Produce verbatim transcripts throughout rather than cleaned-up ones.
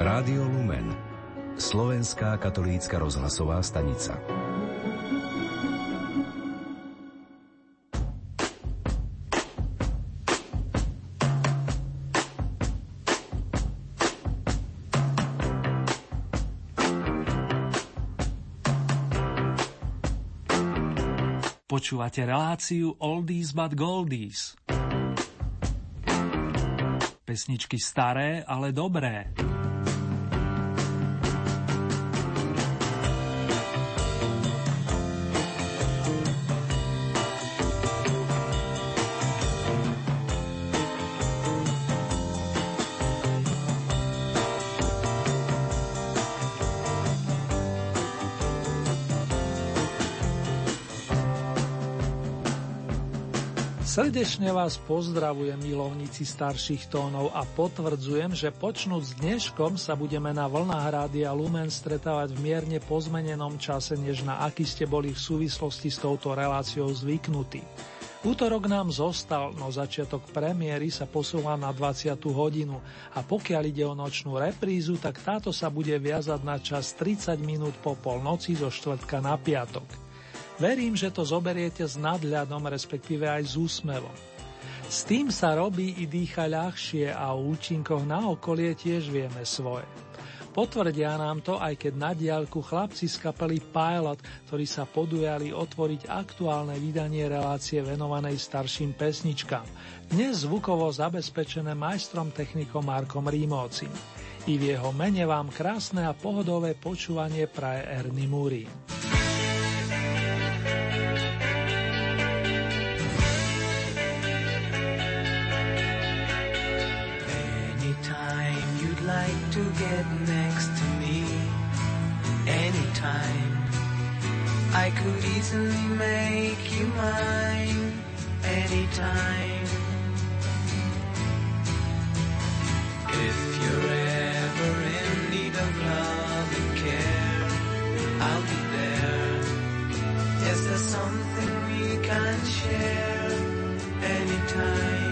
Rádio Lumen, slovenská katolícka rozhlasová stanica. Počúvate reláciu Oldies but Goldies. Pesničky staré, ale dobré. Srdečne vás pozdravujem, milovníci starších tónov, a potvrdzujem, že počnúc s dneškom sa budeme na vlnách Rádia Lumen stretávať v mierne pozmenenom čase, než na aký ste boli v súvislosti s touto reláciou zvyknutí. Útorok nám zostal, no začiatok premiéry sa posúva na dvadsiatu hodinu a pokiaľ ide o nočnú reprízu, tak táto sa bude viazať na čas tridsať minút po polnoci zo štvrtka na piatok. Verím, že to zoberiete s nadhľadom, respektíve aj s úsmevom. S tým sa robí i dýcha ľahšie a o účinkoch na okolie tiež vieme svoje. Potvrdia nám to, aj keď na diaľku chlapci z kapely Pilot, ktorí sa podujali otvoriť aktuálne vydanie relácie venovanej starším pesničkám, dnes zvukovo zabezpečené majstrom technikom Markom Rímovcim. I v jeho mene vám krásne a pohodové počúvanie praje Ernie Múry. Like to get next to me anytime. I could easily make you mine anytime. If you're ever in need of love and care, I'll be there. Yes, there's something we can share anytime.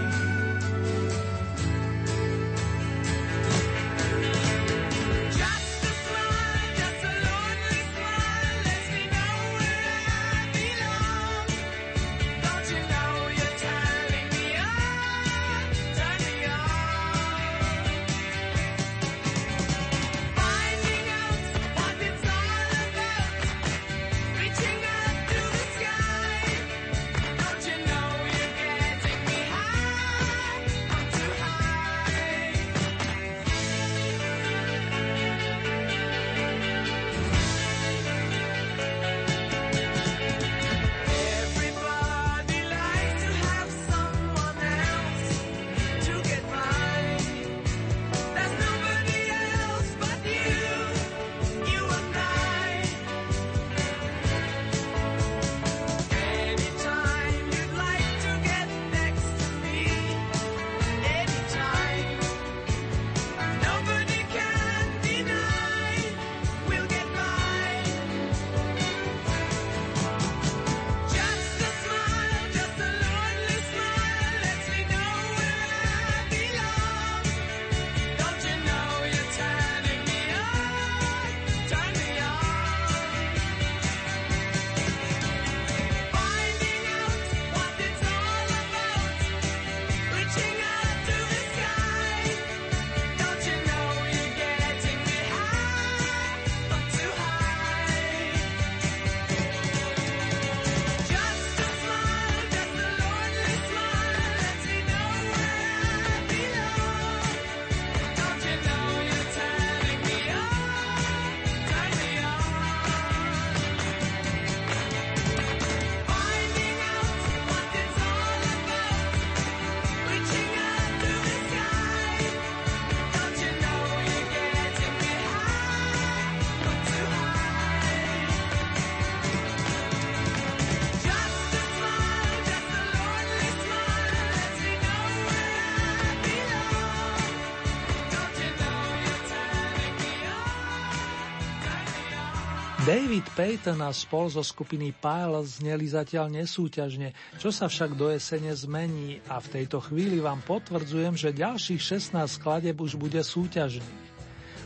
David Payton a spol zo skupiny Pilot zneli zatiaľ nesúťažne, čo sa však do jesene zmení, a v tejto chvíli vám potvrdzujem, že ďalších šestnásť skladieb už bude súťažných.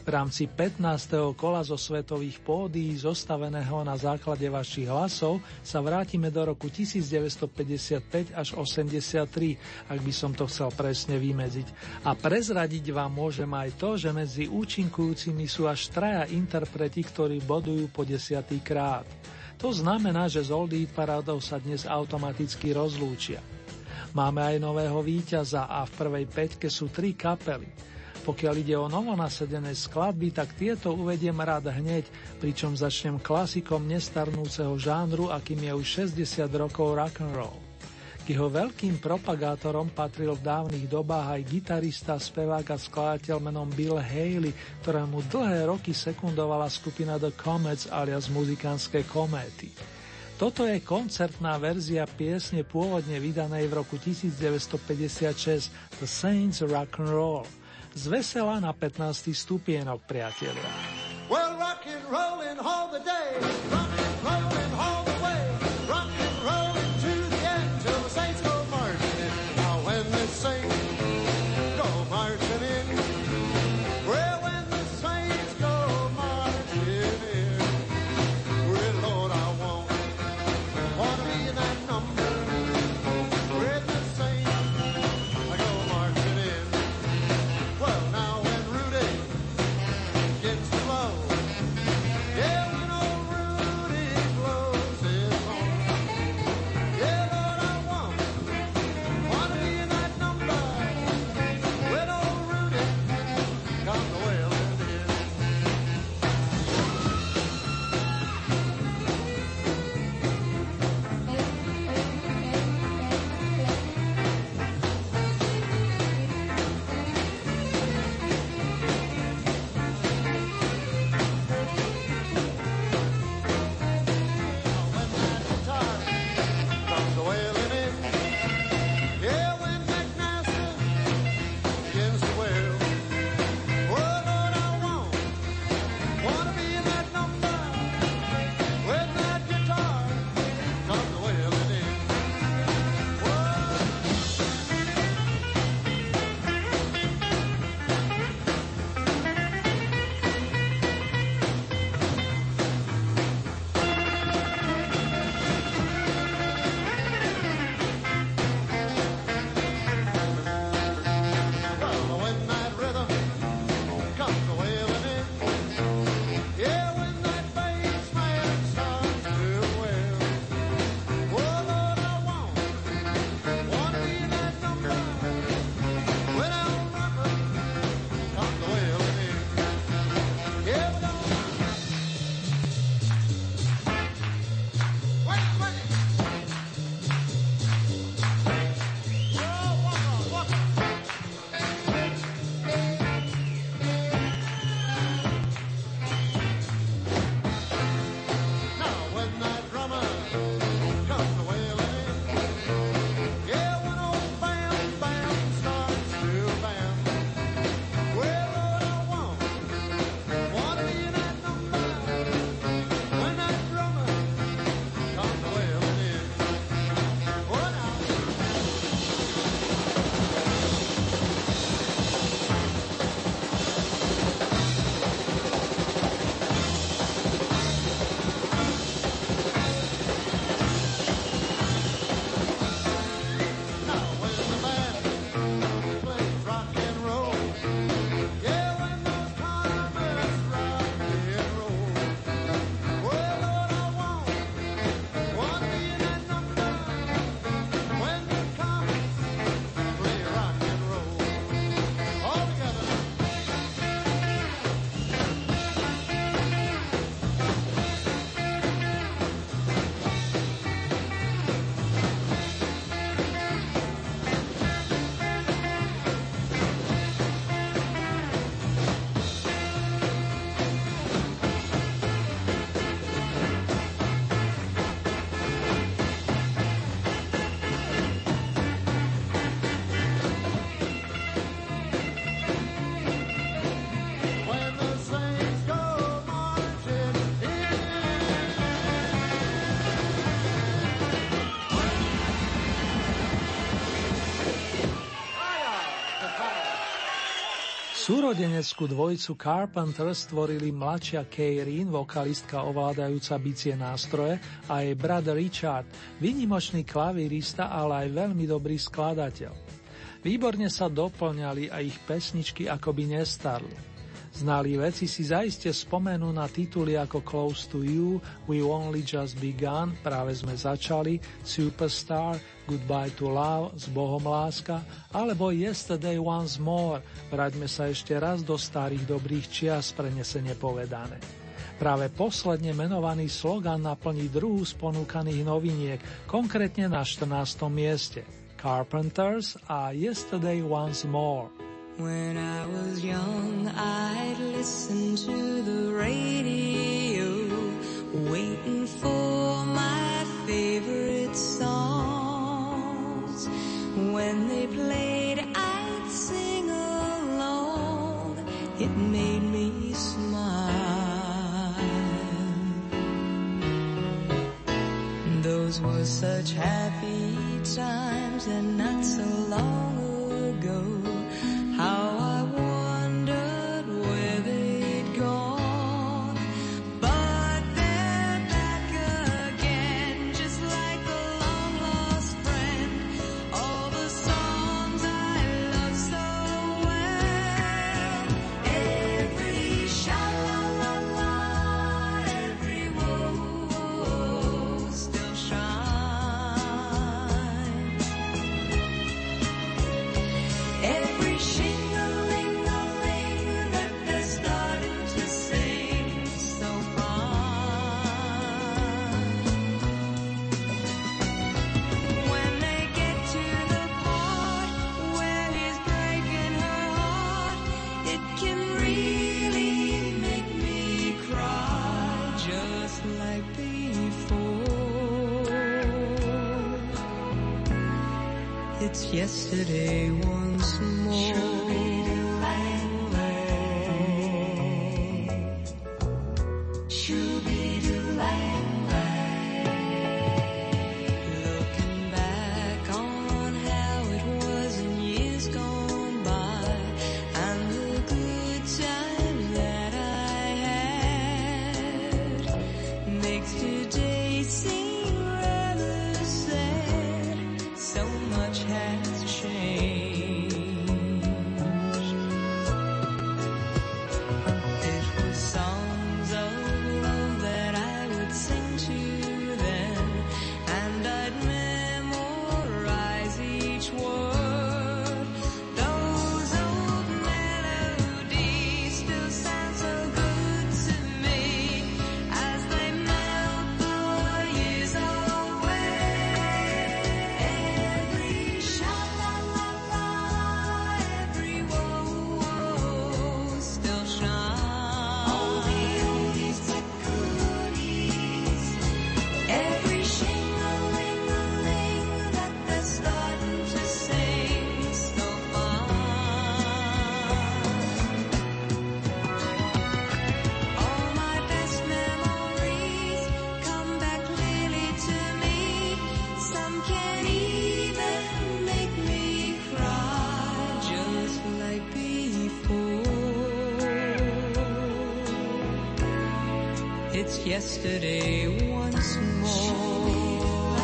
V rámci pätnásteho kola zo svetových pódií, zostaveného na základe vašich hlasov, sa vrátime do roku devätnásťstopäťdesiatpäť až osemdesiattri, ak by som to chcel presne vymedziť. A prezradiť vám môžem aj to, že medzi účinkujúcimi sú až traja interpreti, ktorí bodujú po desiatý krát. To znamená, že z Oldie parádou sa dnes automaticky rozlúčia. Máme aj nového víťaza a v prvej päťke sú tri kapely. Pokiaľ ide o novonasadené skladby, tak tieto uvediem rád hneď, pričom začnem klasikom nestarnúceho žánru, akým je už šesťdesiat rokov rock'n'roll. K jeho veľkým propagátorom patril v dávnych dobách aj gitarista, spevák a skladateľ menom Bill Haley, ktorému dlhé roky sekundovala skupina The Comets alias muzikánske kométy. Toto je koncertná verzia piesne pôvodne vydanej v roku devätnásťstopäťdesiatšesť The Saints Rock'n'Roll. Zvesela na pätnásty stupienok, priatelia. Well, rockin' rollin' all the day, rockin' rollin' all the way, rockin' rollin' to the end till the saints go marching in. Now when the saints go marching in, well, when the saints go marching in, well, Lord, I want, want to be in that number with the saints go marching in. Well, now when Rudy gets to blow, yeah, when old Rudy blows. Súrodeneckú dvojicu Carpenters stvorili mladšia Karen, vokalistka ovládajúca bicie nástroje, a jej brat Richard, výnimočný klavírista, ale aj veľmi dobrý skladateľ. Výborne sa doplňali a ich pesničky akoby nestarli. Znalí veci si zaiste spomenú na tituly ako Close to You, We Only Just Begun, Práve sme začali, Superstar, Goodbye to Love, S Bohom láska, alebo Yesterday Once More, Vráťme sa ešte raz do starých dobrých čias, prenesene povedané. Práve posledne menovaný slogan naplní druhú z ponúkaných noviniek, konkrétne na štrnástom mieste. Carpenters a Yesterday Once More. When I was young, I'd listen to the radio, waiting for my favorite songs. When they played, I'd sing along. It made me smile. Those were such happy times, and not so long ago. How I wondered where they'd gone, but they're back again, just like a long-lost friend. All the songs I love so well, every sha-la-la-la, every woe still shines. Every It's yesterday once more. Looking back on how it was in years gone by, and the good times that I had, makes today seem rather sad. So much has changed. It was songs of love that I would sing to them, and I'd memorize each word. Those old melodies still sound so good to me as they melt the years away. Every sha-la-la-la, every woe still shines. All the oldies but goodies, every shing-a-ling-a-ling that they're starting to sing so fine. All my best memories come back clearly to me. Some can even make me cry, just like before. It's yesterday once more.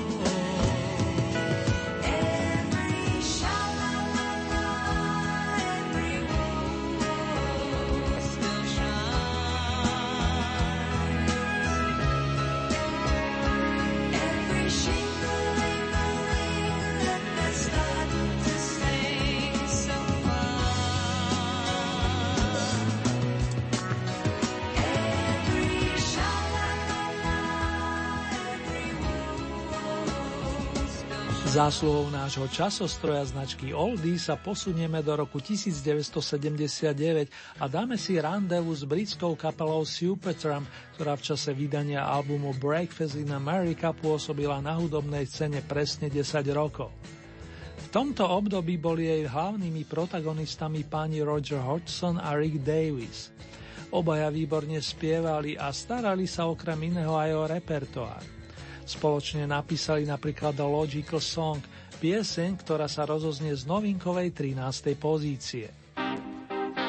Every sha-la-la-la, every woe still shines. Every shing-a-ling-a-ling that they're starting to sing so fine. Every sha-la-la-la, every woe still shines. Zásluhou nášho časostroja značky Oldie sa posunieme do roku devätnásťsedemdesiatdeväť a dáme si randevu s britskou kapelou Supertramp, ktorá v čase vydania albumu Breakfast in America pôsobila na hudobnej scéne presne desať rokov. V tomto období boli jej hlavnými protagonistami páni Roger Hodgson a Rick Davies. Obaja výborne spievali a starali sa okrem iného aj o repertoár. Spoločne napísali napríklad The Logical Song, pieseň, ktorá sa rozoznie z novinkovej trinástej pozície.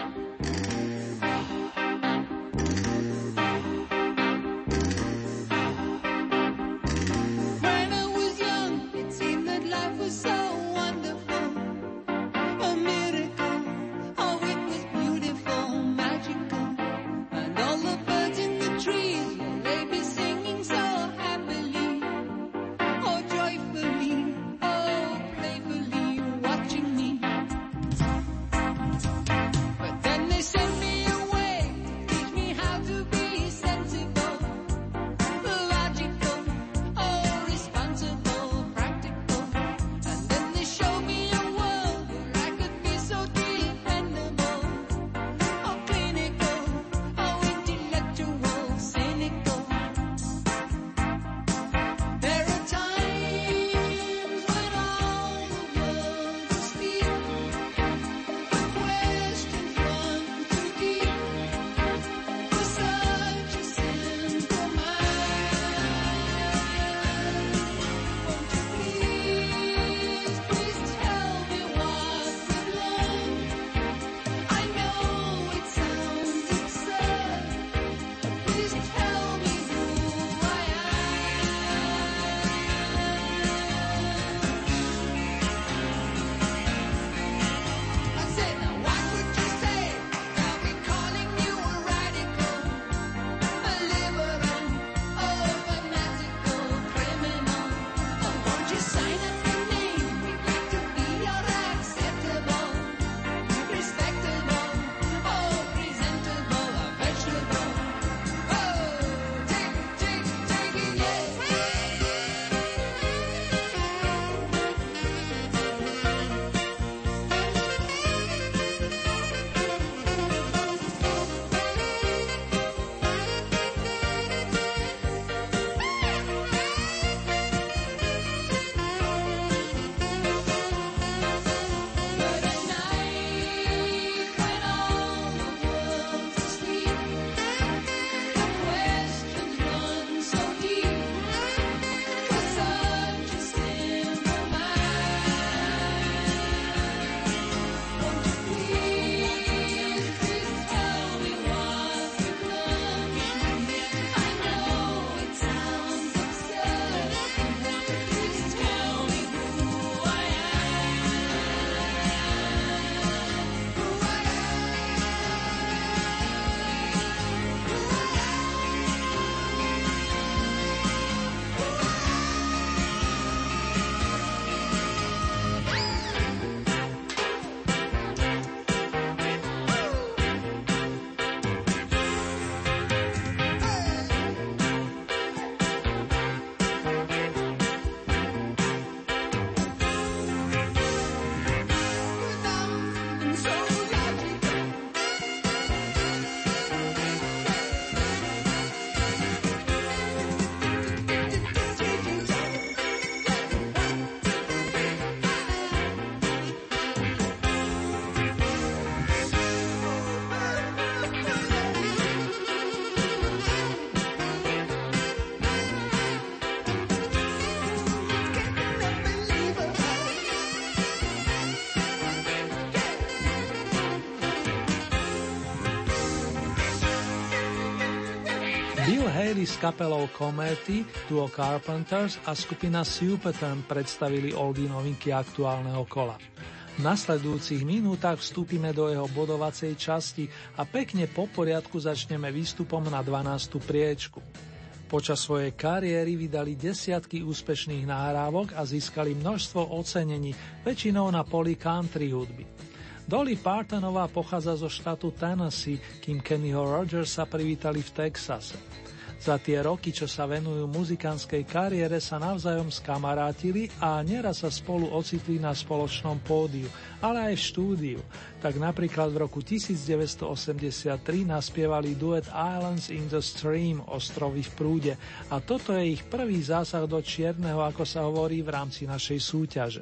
Bill Haley s kapelou Comety, duo Carpenters a skupina Supertramp predstavili oldy novinky aktuálneho kola. V nasledujúcich minútach vstúpime do jeho bodovacej časti a pekne po poriadku začneme výstupom na dvanástu priečku. Počas svojej kariéry vydali desiatky úspešných nahrávok a získali množstvo ocenení, väčšinou na poli country hudby. Dolly Partonová pochádza zo štátu Tennessee, kým Kennyho Rogersa privítali v Texase. Za tie roky, čo sa venujú muzikánskej kariére, sa navzájom skamarátili a neraz sa spolu ocitli na spoločnom pódiu, ale aj v štúdiu. Tak napríklad v roku devätnásťstoosemdesiattri naspievali duet Islands in the Stream, ostrovy v prúde, a toto je ich prvý zásah do čierneho, ako sa hovorí v rámci našej súťaže.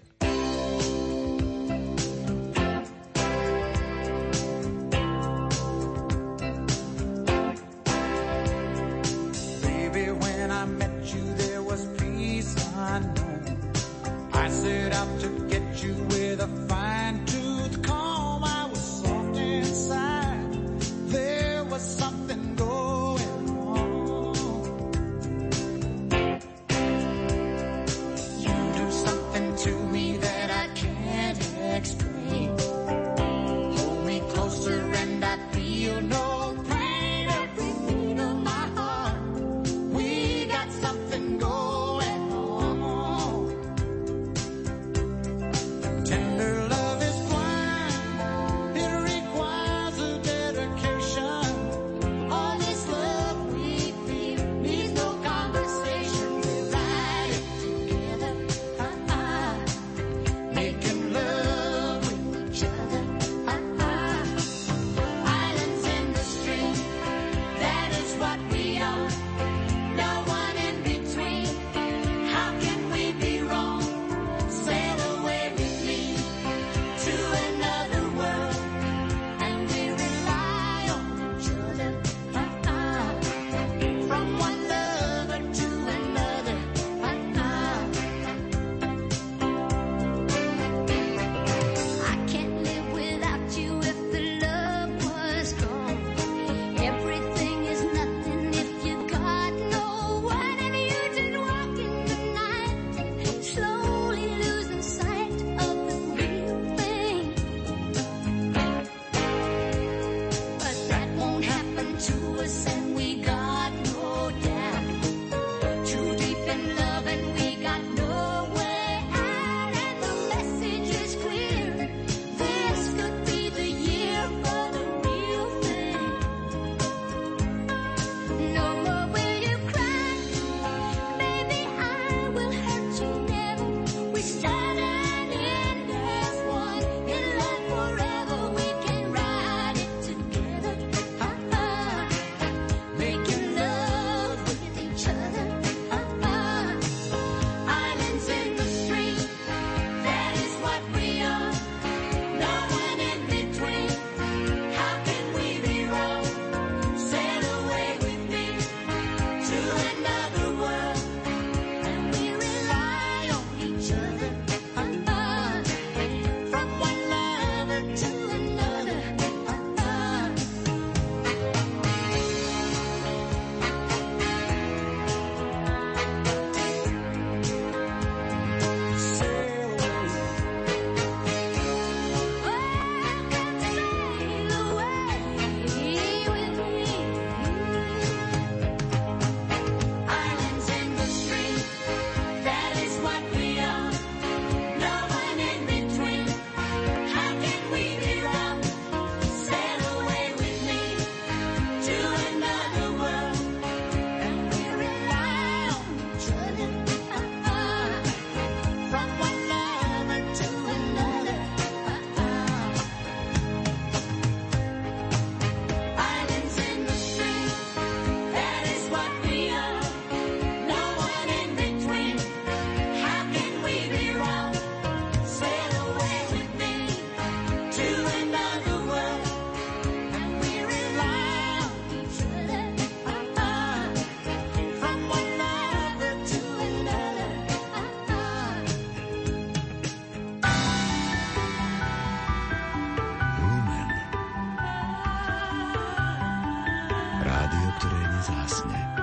Rádio, ktoré nezásne.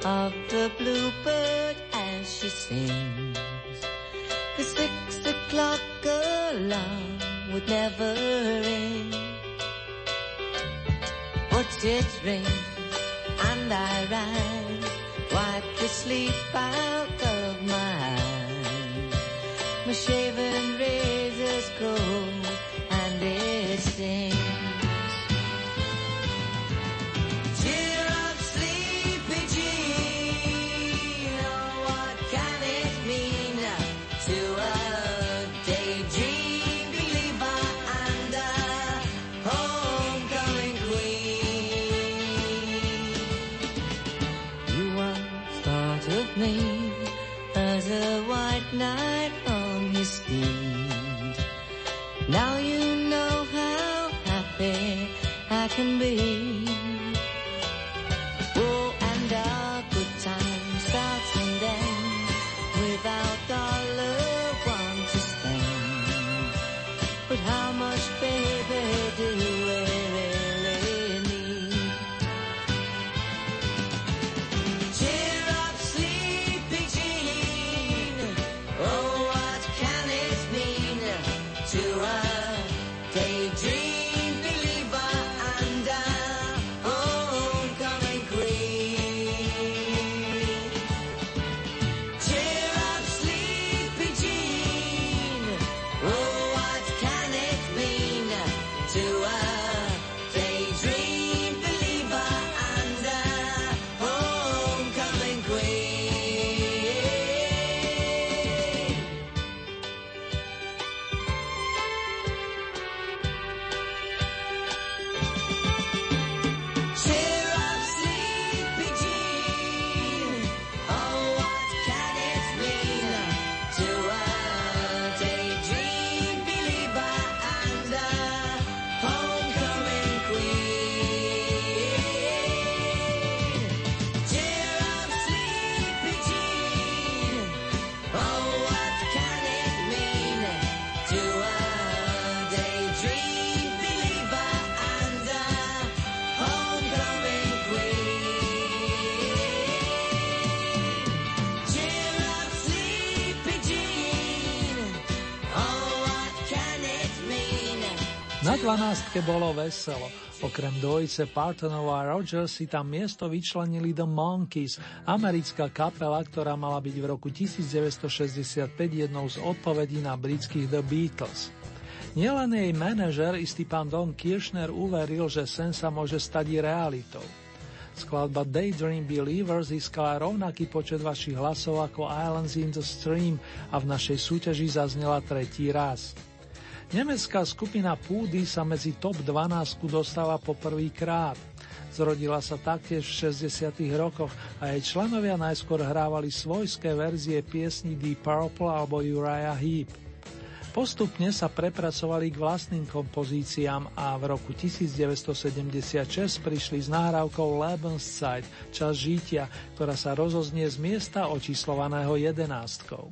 of the bluebird as she sings. The six o'clock alarm would never ring, but it rings and I rise, wipe the sleep out of my eyes. My shaven razor's cold and it stings. Cheer up, sleepy Jean, oh, what can it mean to a daydream believer and a homecoming queen? You once thought of me as a white knight on his steed. Now you know how happy I can be. Oh, and our good time starts and ends without dollar one to spend. But how much, baby, do we really need? Cheer up, sleepy Jean, oh, what can it mean to a daydream believer and a homecoming queen? Cheer up, sleepy Jean, oh, what can it mean to a daydream believer and a homecoming queen? Cheer up, sleepy Jean, oh, what can it mean to a daydream believer and a homecoming queen? Cheer up, sleepy Jean, oh, what can it mean to a daydream believer and a homecoming queen? Cheer up, sleepy Jean, oh, what can it mean? Na dvanástke bolo veselo. Okrem dvojice Partonov a Rogers si tam miesto vyčlenili The Monkees, americká kapela, ktorá mala byť v roku devätnásťstošesťdesiatpäť jednou z odpovedí na britských The Beatles. Nielen jej manažer, istý pán Don Kirshner, uveril, že sen sa môže stať i realitou. Skladba Daydream Believer získala rovnaký počet vašich hlasov ako Islands in the Stream a v našej súťaži zaznela tretí raz. Nemecká skupina Púdy sa medzi top dvanásť dostáva po prvýkrát. Zrodila sa taktiež v šesťdesiatych rokoch a jej členovia najskôr hrávali svojské verzie piesní Deep Purple alebo Uriah Heep. Postupne sa prepracovali k vlastným kompozíciám a v roku devätnásťstosedemdesiatšesť prišli s nahrávkou Lebenszeit, čas žitia, ktorá sa rozoznie z miesta očíslovaného jedenástkou.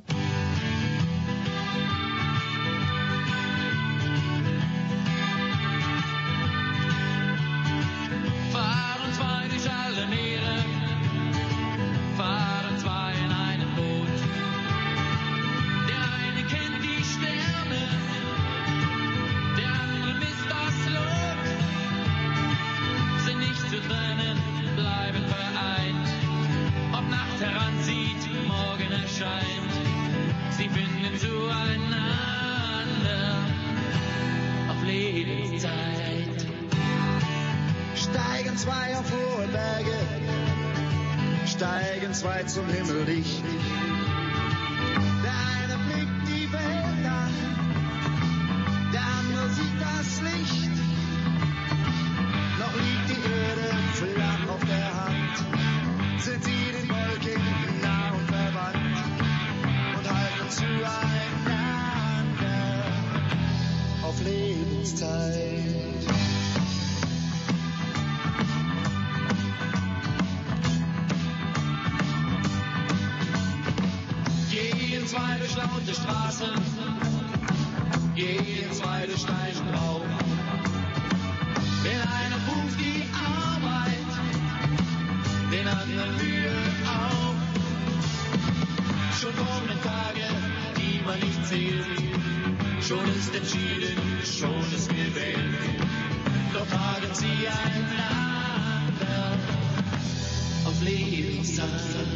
Fahren zwei durch alle Meere, fahren zwei in einem Boot. Der eine kennt die Sterne, der andere misst das Lot. Sind nicht zu trennen, bleiben vereint. Ob Nacht heranzieht, morgen erscheint, sie finden zueinander auf Lebenszeit. Steigen zwei auf hohe Berge, steigen zwei zum Himmel dicht. Der eine blickt die Welt an, der andere sieht das Licht. Noch liegt die Erde flach auf der Hand, sind sie den Wolken nah und verwandt und halten zueinander auf Lebenszeit. Gehen zwei durch laute Straßen, gehen zwei durch steilen Raum. Den einen ruft die Arbeit, den anderen Mühe Schon kommen Tage, die man nicht zählt. Schon ist entschieden, schon ist gewählt. Doch tragen sie einander auf Lebenszeit.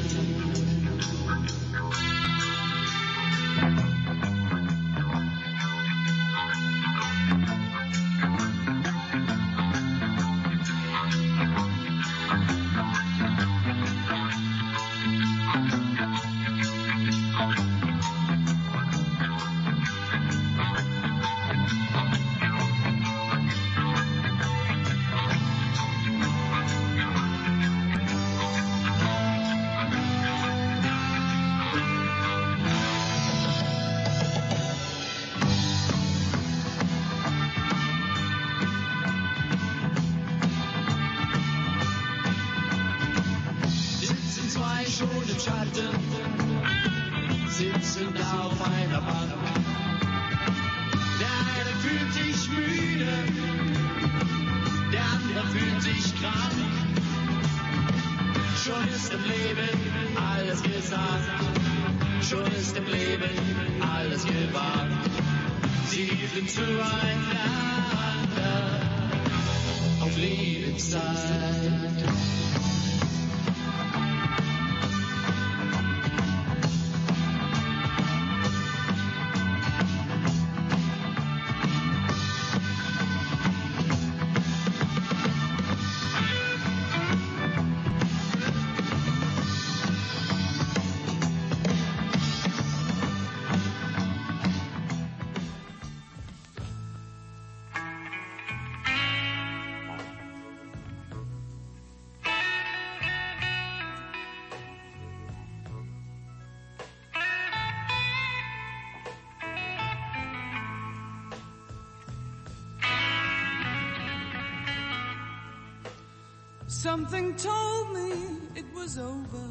Something told me it was over.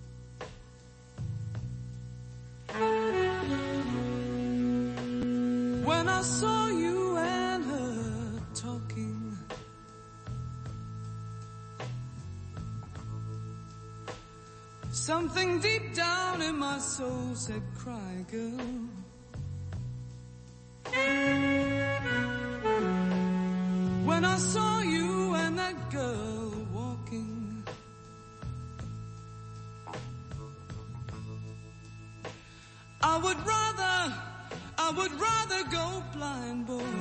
When I saw you and her talking, something deep down in my soul said, cry, girl. When I saw you and that girl walking, I would rather, I would rather go blind, boy,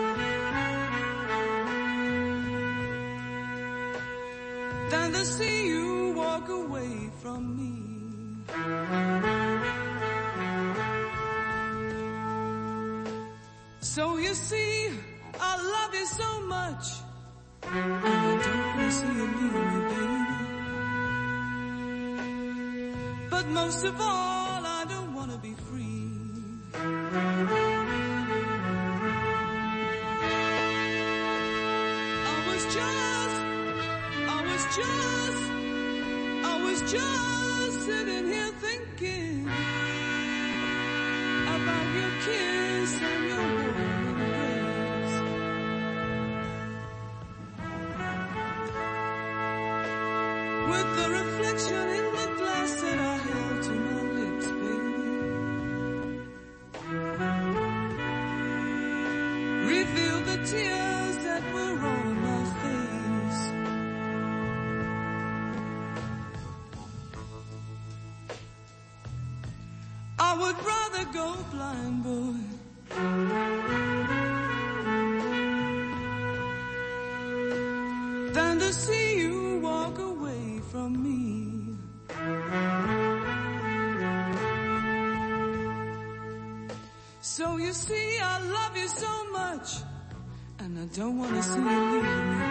than to see you walk away from me. So you see, I love you so much, and I don't want to see you leave me, baby. But most of all, I don't want to be free. I was just, I was just, I was just sitting here thinking about your kiss and your warm embrace. With the reflection in the glass that I held to my lips, baby, revealed the tears that were on my face. I would rather go blind, boy, than to see you walk away from me. So you see, I love you so much, and I don't want to see you leave me,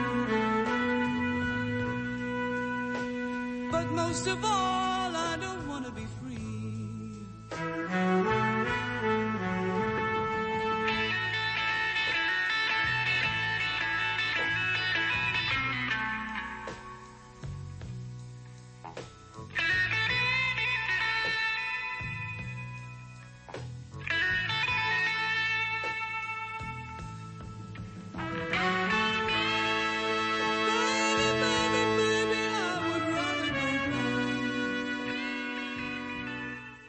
baby. But most of all, I don't want to be free. Baby, baby, baby, I would rather go blind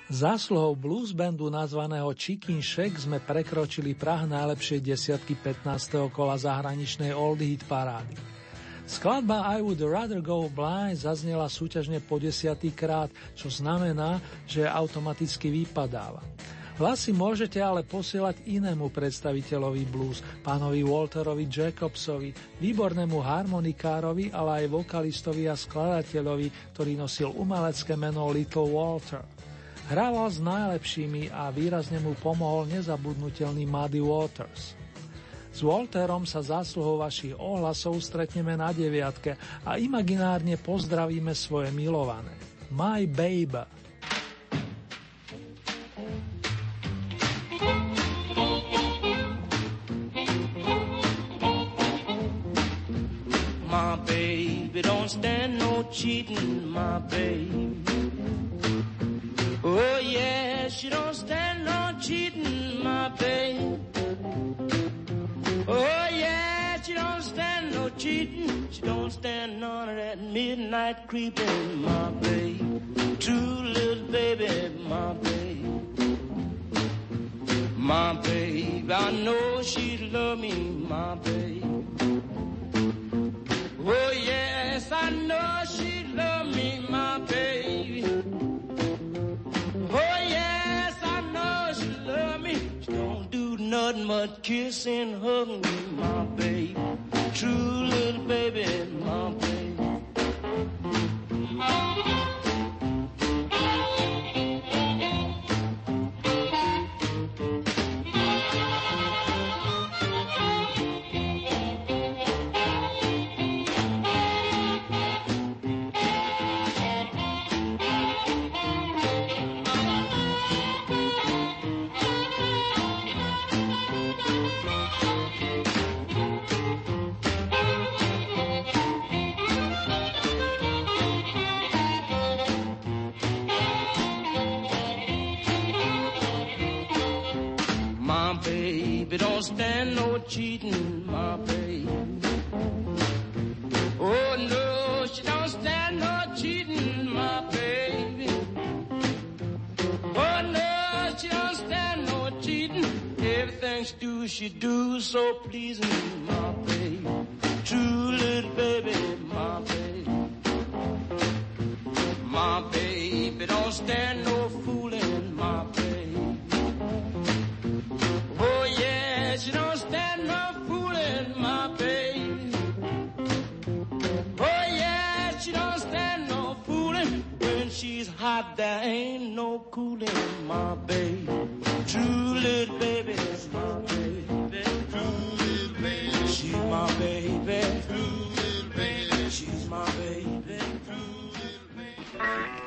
Zásluhou blues bandu nazvaného Chicken Shack sme prekročili prah najlepšej desiatky pätnásteho kola zahraničnej old hit parády. Skladba I Would Rather Go Blind zaznela súťažne po desiatý krát, čo znamená, že automaticky vypadáva. Hlasy môžete ale posielať inému predstaviteľovi blues, pánovi Walterovi Jacobsovi, výbornému harmonikárovi, ale aj vokalistovi a skladateľovi, ktorý nosil umelecké meno Little Walter. Hral s najlepšími a výrazne mu pomohol nezabudnutelný Muddy Waters. S Walterom sa zásluhou vašich ohlasov stretneme na deviatke a imaginárne pozdravíme svoje milované. My Baby. My baby don't stand no cheating, my baby. Oh yeah, she don't stand no cheating, my baby. Oh yeah, she don't stand no cheating. She don't stand none of that midnight creeping, my baby. True little baby, my baby. My baby, I know she love me, my baby. Oh yes, I know she love me, my baby. Oh yes, I know she love me. She don't do nothing but kiss and hug me, my baby. True little baby, my baby. Don't stand no cheating, my baby. Oh no, she don't stand no cheating, my baby. Oh no, she don't stand no cheating. Everything she do, she do so pleasing, my baby. True little baby, my baby. My baby don't stand no fooling, my baby. Oh yeah, she don't stand no fooling, my baby. Oh yeah, she don't stand no fooling. When she's hot, there ain't no cooling, my baby. True little baby, my baby. True little baby, she's my baby. True little baby, she's my baby. True little baby.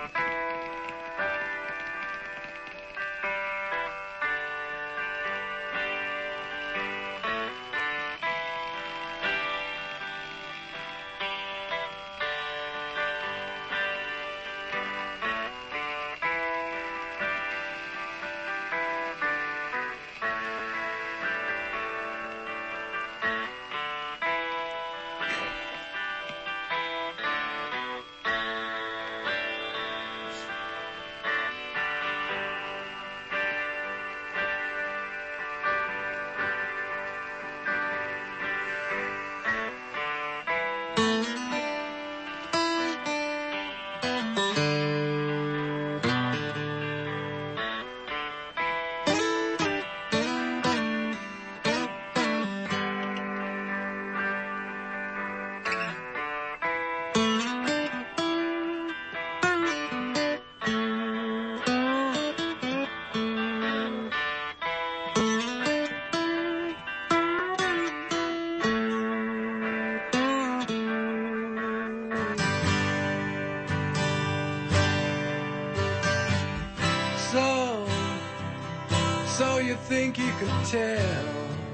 Think you could tell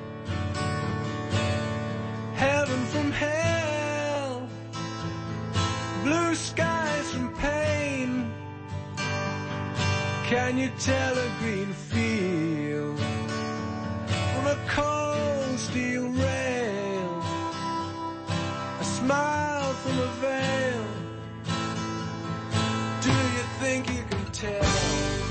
heaven from hell, blue skies from pain. Can you tell a green field from a cold steel rail, a smile from a veil? Do you think you can tell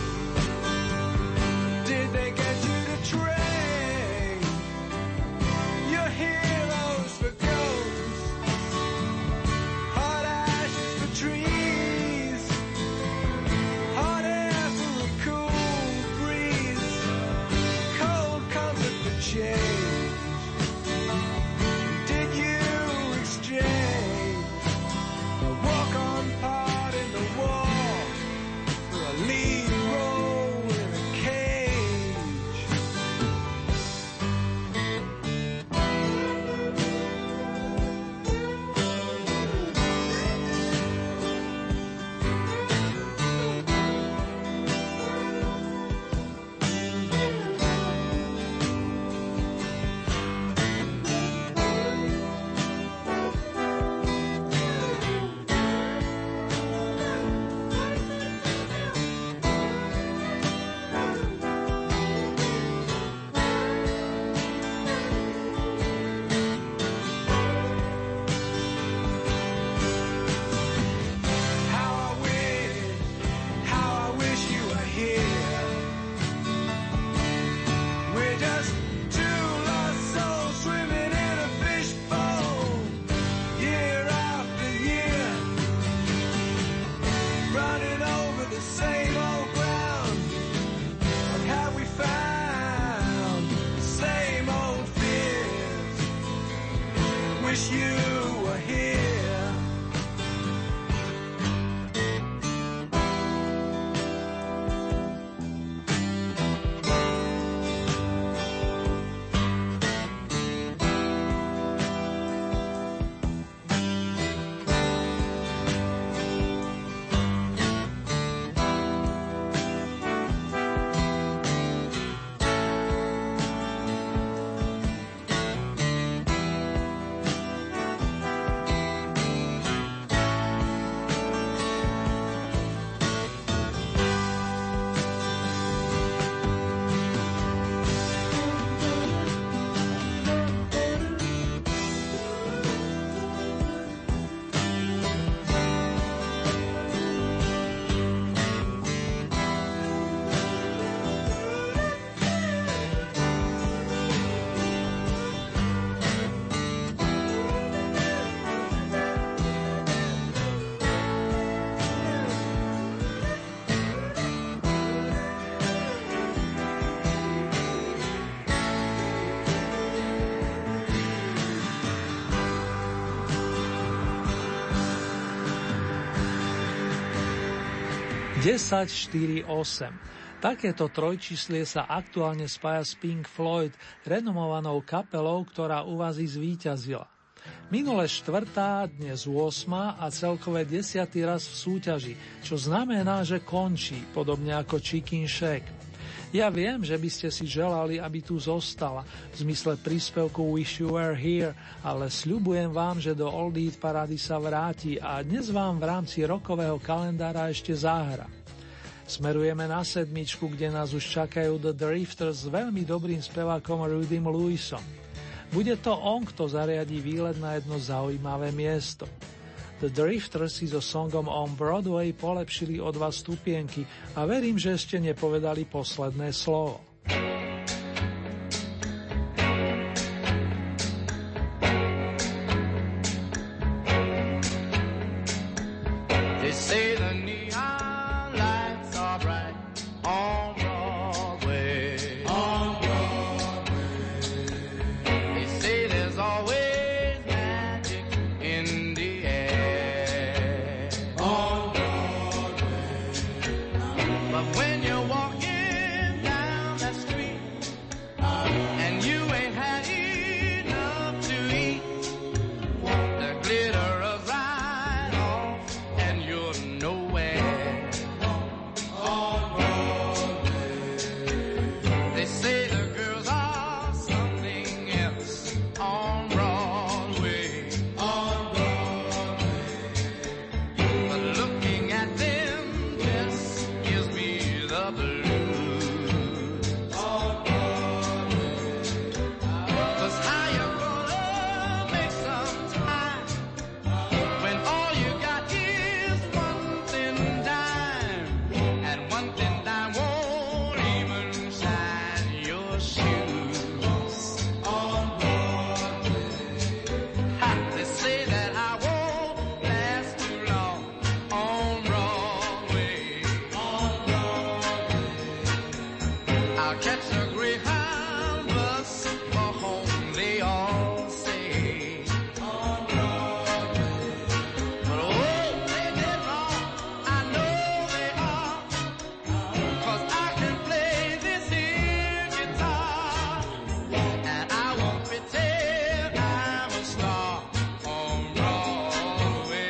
desať, štyri, osem. Takéto trojčíslie sa aktuálne spája s Pink Floyd, renomovanou kapelou, ktorá u vás i zvíťazila. Minule štvrtá, dnes ôsma a celkové desiatý raz v súťaži, čo znamená, že končí, podobne ako Chicken Shack. Ja viem, že by ste si želali, aby tu zostala, v zmysle príspevku Wish You Were Here, ale sľubujem vám, že do Old Hit parády sa vráti a dnes vám v rámci rokového kalendára ešte zahra. Smerujeme na sedmičku, kde nás už čakajú The Drifters s veľmi dobrým spevákom Rudym Lewisom. Bude to on, kto zariadí výlet na jedno zaujímavé miesto. The Drifters si so songom On Broadway polepšili o dva stupienky a verím, že ešte nepovedali posledné slovo. They say the neon lights are bright on Broadway. On Broadway. They say there's always magic in the air. On Broadway. But when you're walking down that street and you ain't had enough to eat, the glitter of right off and you're nowhere. On Broadway. They say the girls are something else on Broadway. On Broadway. But looking at them just gives me the blues. On Broadway. 'Cause how you gonna make some time when all you got is one thin dime, and one thin dime won't even shine your shoes. On Broadway. Ha, they say that I won't last too long on Broadway. On Broadway. I'll catch a Greyhound bus for home, they all say. On Broadway. But oh, they did wrong, I know they are, 'cause I can play this here guitar, and I won't pretend I'm a star on Broadway.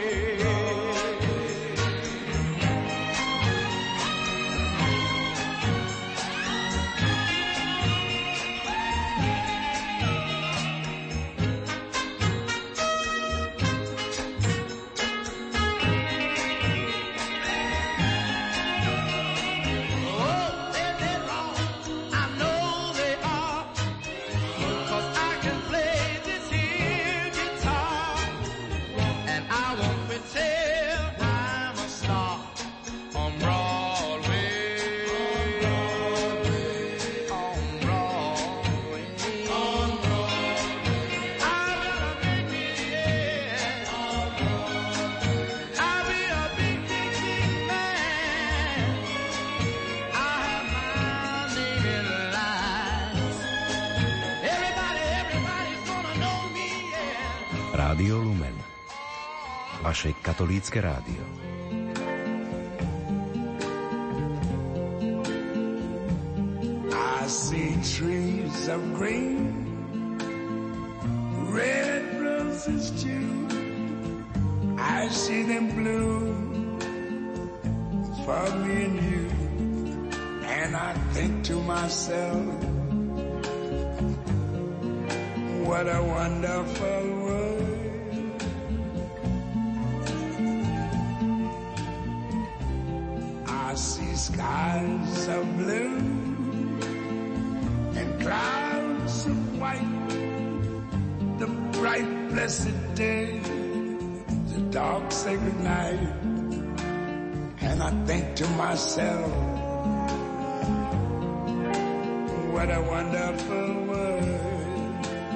Oh, they did wrong, I know they are, 'cause I can play this here guitar, and I won't pretend I'm a star on Broadway. On Broadway. On Broadway. I better make me, yeah. On Broadway. I'll be a big, big, big man. I have my name in lights. Everybody, everybody's gonna know me, yeah. Rádio Lumen. Vaše katolícke rádio. I see trees of green, red roses too. I see them bloom for me and you. And I think to myself, what a wonderful world. I see skies of blue and clouds of white, the bright blessed day, the dark sacred night, and I think to myself, what a wonderful world.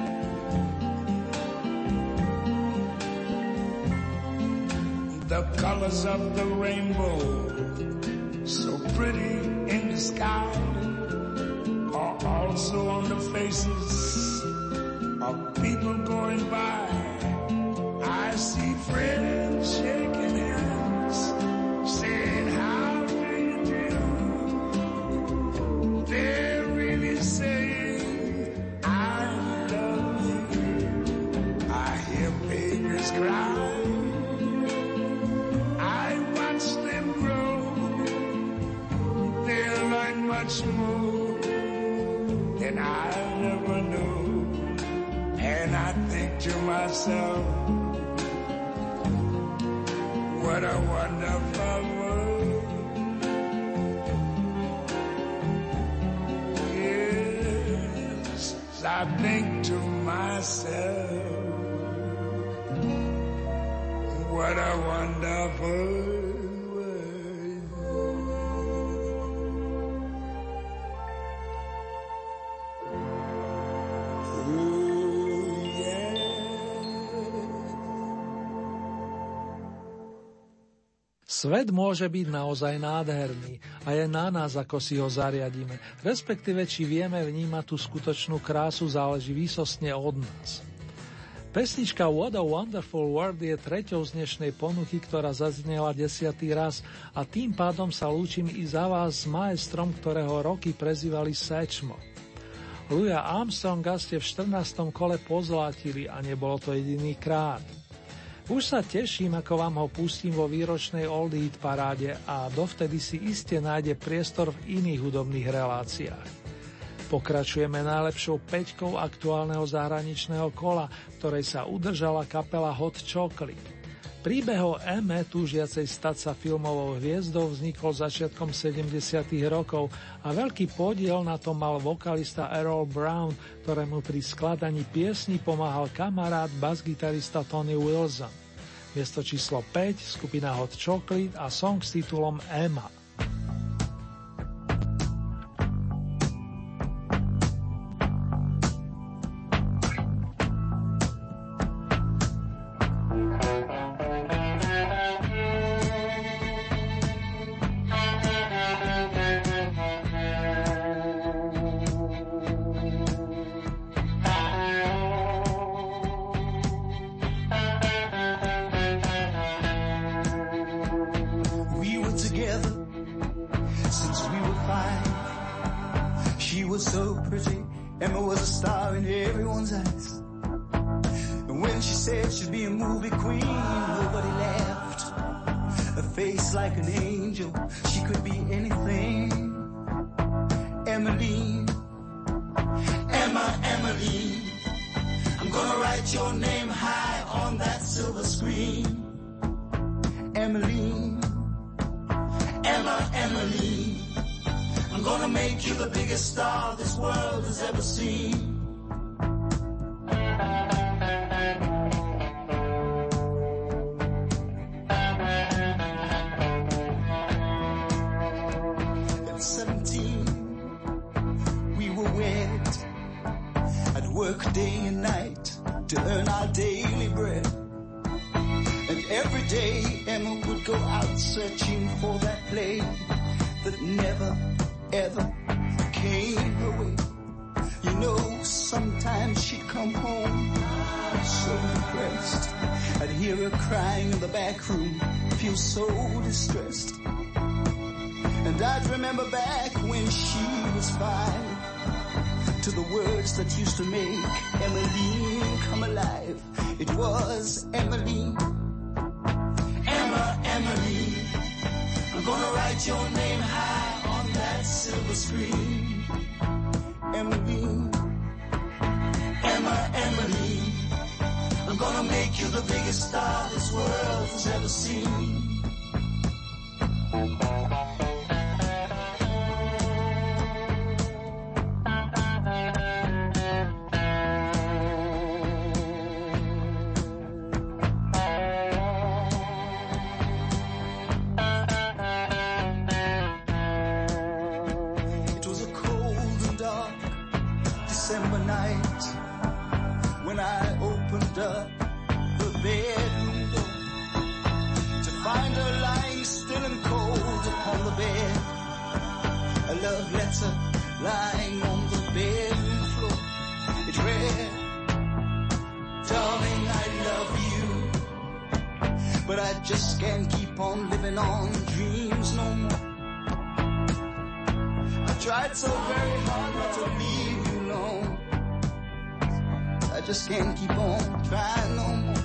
The colors of the rainbow, so pretty in the sky, are also on the faces of people going by. I see friends shaking hands, saying how much more than I never knew. And I think to myself, what a wonderful world. Yes, I think to myself, what a wonderful world. Svet môže byť naozaj nádherný a je na nás, ako si ho zariadíme, respektíve či vieme vnímať tú skutočnú krásu, záleží výsostne od nás. Pesnička What a Wonderful World je treťou z dnešnej ponuky, ktorá zaznela desiatý raz a tým pádom sa lúčim i za vás s maestrom, ktorého roky prezývali Satchmo. Louisa Armstronga ste v štrnástom kole pozlátili a nebolo to jediný krát. Už sa teším, ako vám ho pustím vo výročnej Old Hit paráde a dovtedy si iste nájde priestor v iných hudobných reláciách. Pokračujeme najlepšou päťkou aktuálneho zahraničného kola, ktorej sa udržala kapela Hot Chocolate. Príbeh o Emme, túžiacej stať sa filmovou hviezdou, vznikol začiatkom sedemdesiatych rokov a veľký podiel na tom mal vokalista Errol Brown, ktorému pri skladaní piesní pomáhal kamarát basgitarista Tony Wilson. Miesto číslo päť, skupina Hot Chocolate a song s titulom Emma. Like an angel, she could be anything. Emmeline, Emma, Emmeline, I'm gonna write your name high on that silver screen. Emmeline, Emma, Emmeline, I'm gonna make you the biggest star this world has ever seen. Day and night to earn our daily bread. And every day Emma would go out searching for that blade that never, ever came her way. You know, sometimes she'd come home so depressed. I'd hear her crying in the back room, feel so distressed. And I'd remember back when she was five, to the words that used to make Emmeline come alive. It was Emmeline, Emma, Emmeline, I'm gonna write your name high on that silver screen. Emmeline, Emma, Emmeline, I'm gonna make you the biggest star this world has ever seen. Lying on the bedroom floor, it read, darling, I love you, but I just can't keep on living on dreams no more. I tried so very hard not to leave you alone. I just can't keep on trying no more.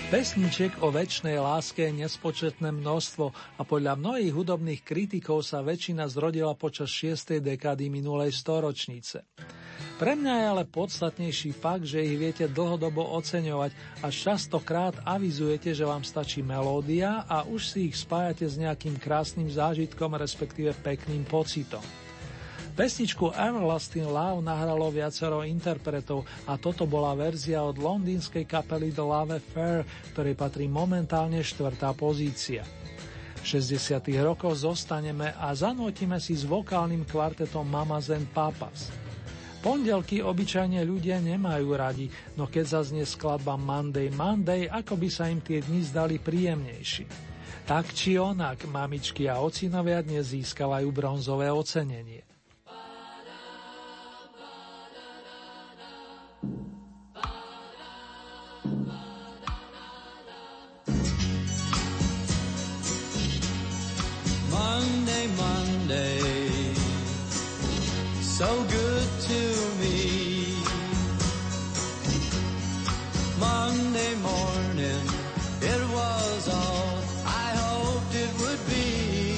Pesničiek o večnej láske je nespočetné množstvo a podľa mnohých hudobných kritikov sa väčšina zrodila počas šiestej dekády minulej storočnice. Pre mňa je ale podstatnejší fakt, že ich viete dlhodobo oceňovať a častokrát avizujete, že vám stačí melódia a už si ich spájate s nejakým krásnym zážitkom, respektíve pekným pocitom. Pesničku Everlasting Love nahralo viacero interpretov a toto bola verzia od londýnskej kapely The Love Affair, ktorej patrí momentálne štvrtá pozícia. V šesťdesiatych rokoch zostaneme a zanotíme si s vokálnym kvartetom Mamas and Papas. Pondelky obyčajne ľudia nemajú radi, no keď zaznie skladba Monday Monday, ako by sa im tie dni zdali príjemnejší. Tak či onak, mamičky a ocinovia dnes získavajú bronzové ocenenie. Monday, Monday, so good to me. Monday morning, it was all I hoped it would be.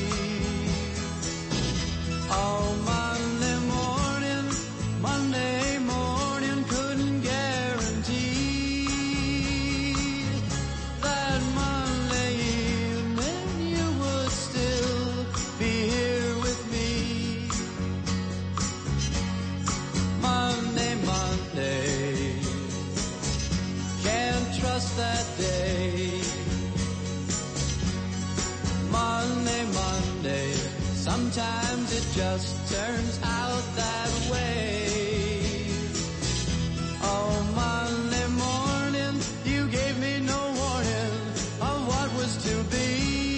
Oh, Monday morning, Monday morning, couldn't guarantee that Monday evening you would still be here with me. Monday, Monday, can't trust that day. Monday, Monday, sometimes it just turns out that way. Oh, Monday morning, you gave me no warning of what was to be.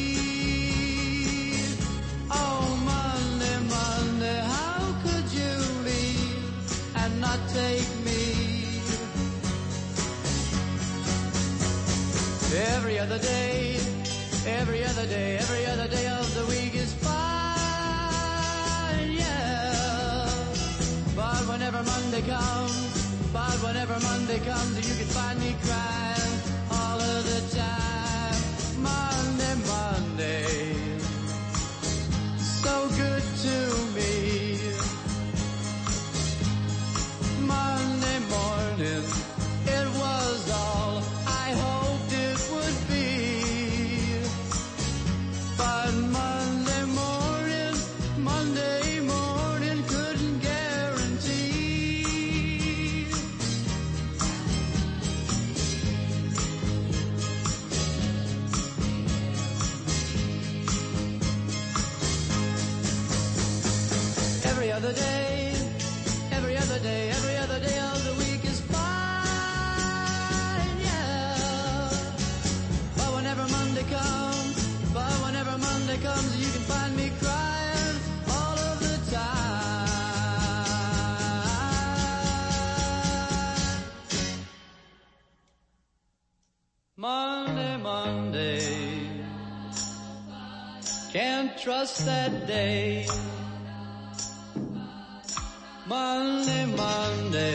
Oh, Monday, Monday, how could you leave and not take me? Every other day, every other day, every other day of the week is fine, yeah. But whenever Monday comes, but whenever Monday comes, you can find me crying all of the time. Monday, Monday, so good to me. Monday morning, it was all I hoped it would be. But Monday morning, Monday morning, couldn't guarantee. Every other day, every other day, every other day of the week is fine, yeah. But whenever Monday comes, but whenever Monday comes, you can find me crying all of the time. Monday, Monday, can't trust that day. Monday, Monday,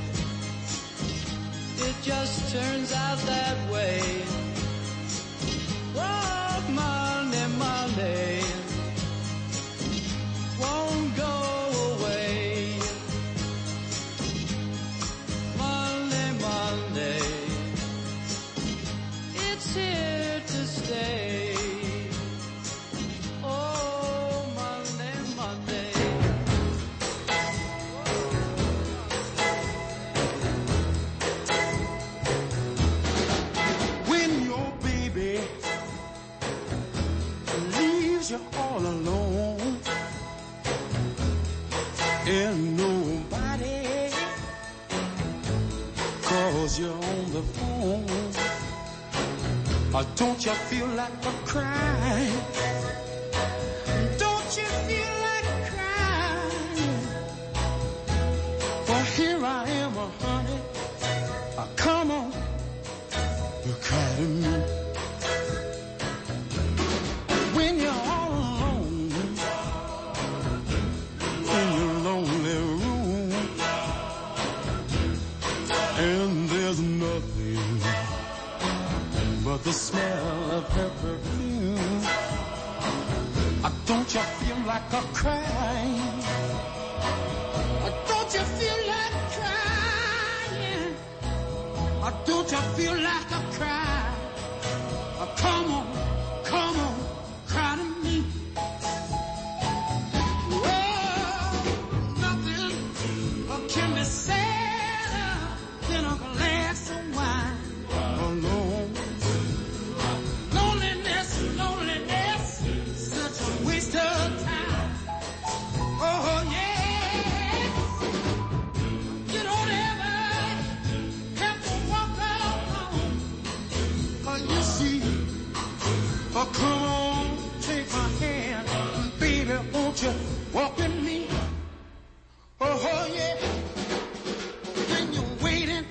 it just turns out that way. Oh, Monday, Monday, won't go away. Monday, Monday, it's here to stay. Oh, Monday, Monday. You're all alone and nobody calls you on the phone. Or don't you feel like a crying? Don't you feel like crying? Well, here I am, oh, honey. Oh, come on, you cry to me. When you're all alone in your lonely room and there's nothing of the smell of her perfume. Uh, don't you feel like a crying? Uh, don't you feel like crying? Uh, don't you feel like a cry? Uh, come on, come on, cry to me. Oh, nothing uh, can be sadder than a glass of wine. Alone. Loneliness, loneliness, such a waste of time. Oh, yeah. You don't ever have to walk alone. Oh, you see, oh, come on, take my hand. Baby, won't you walk with me? Oh, yeah. When you're waiting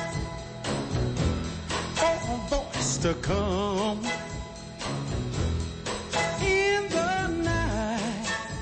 for a voice to come in the night,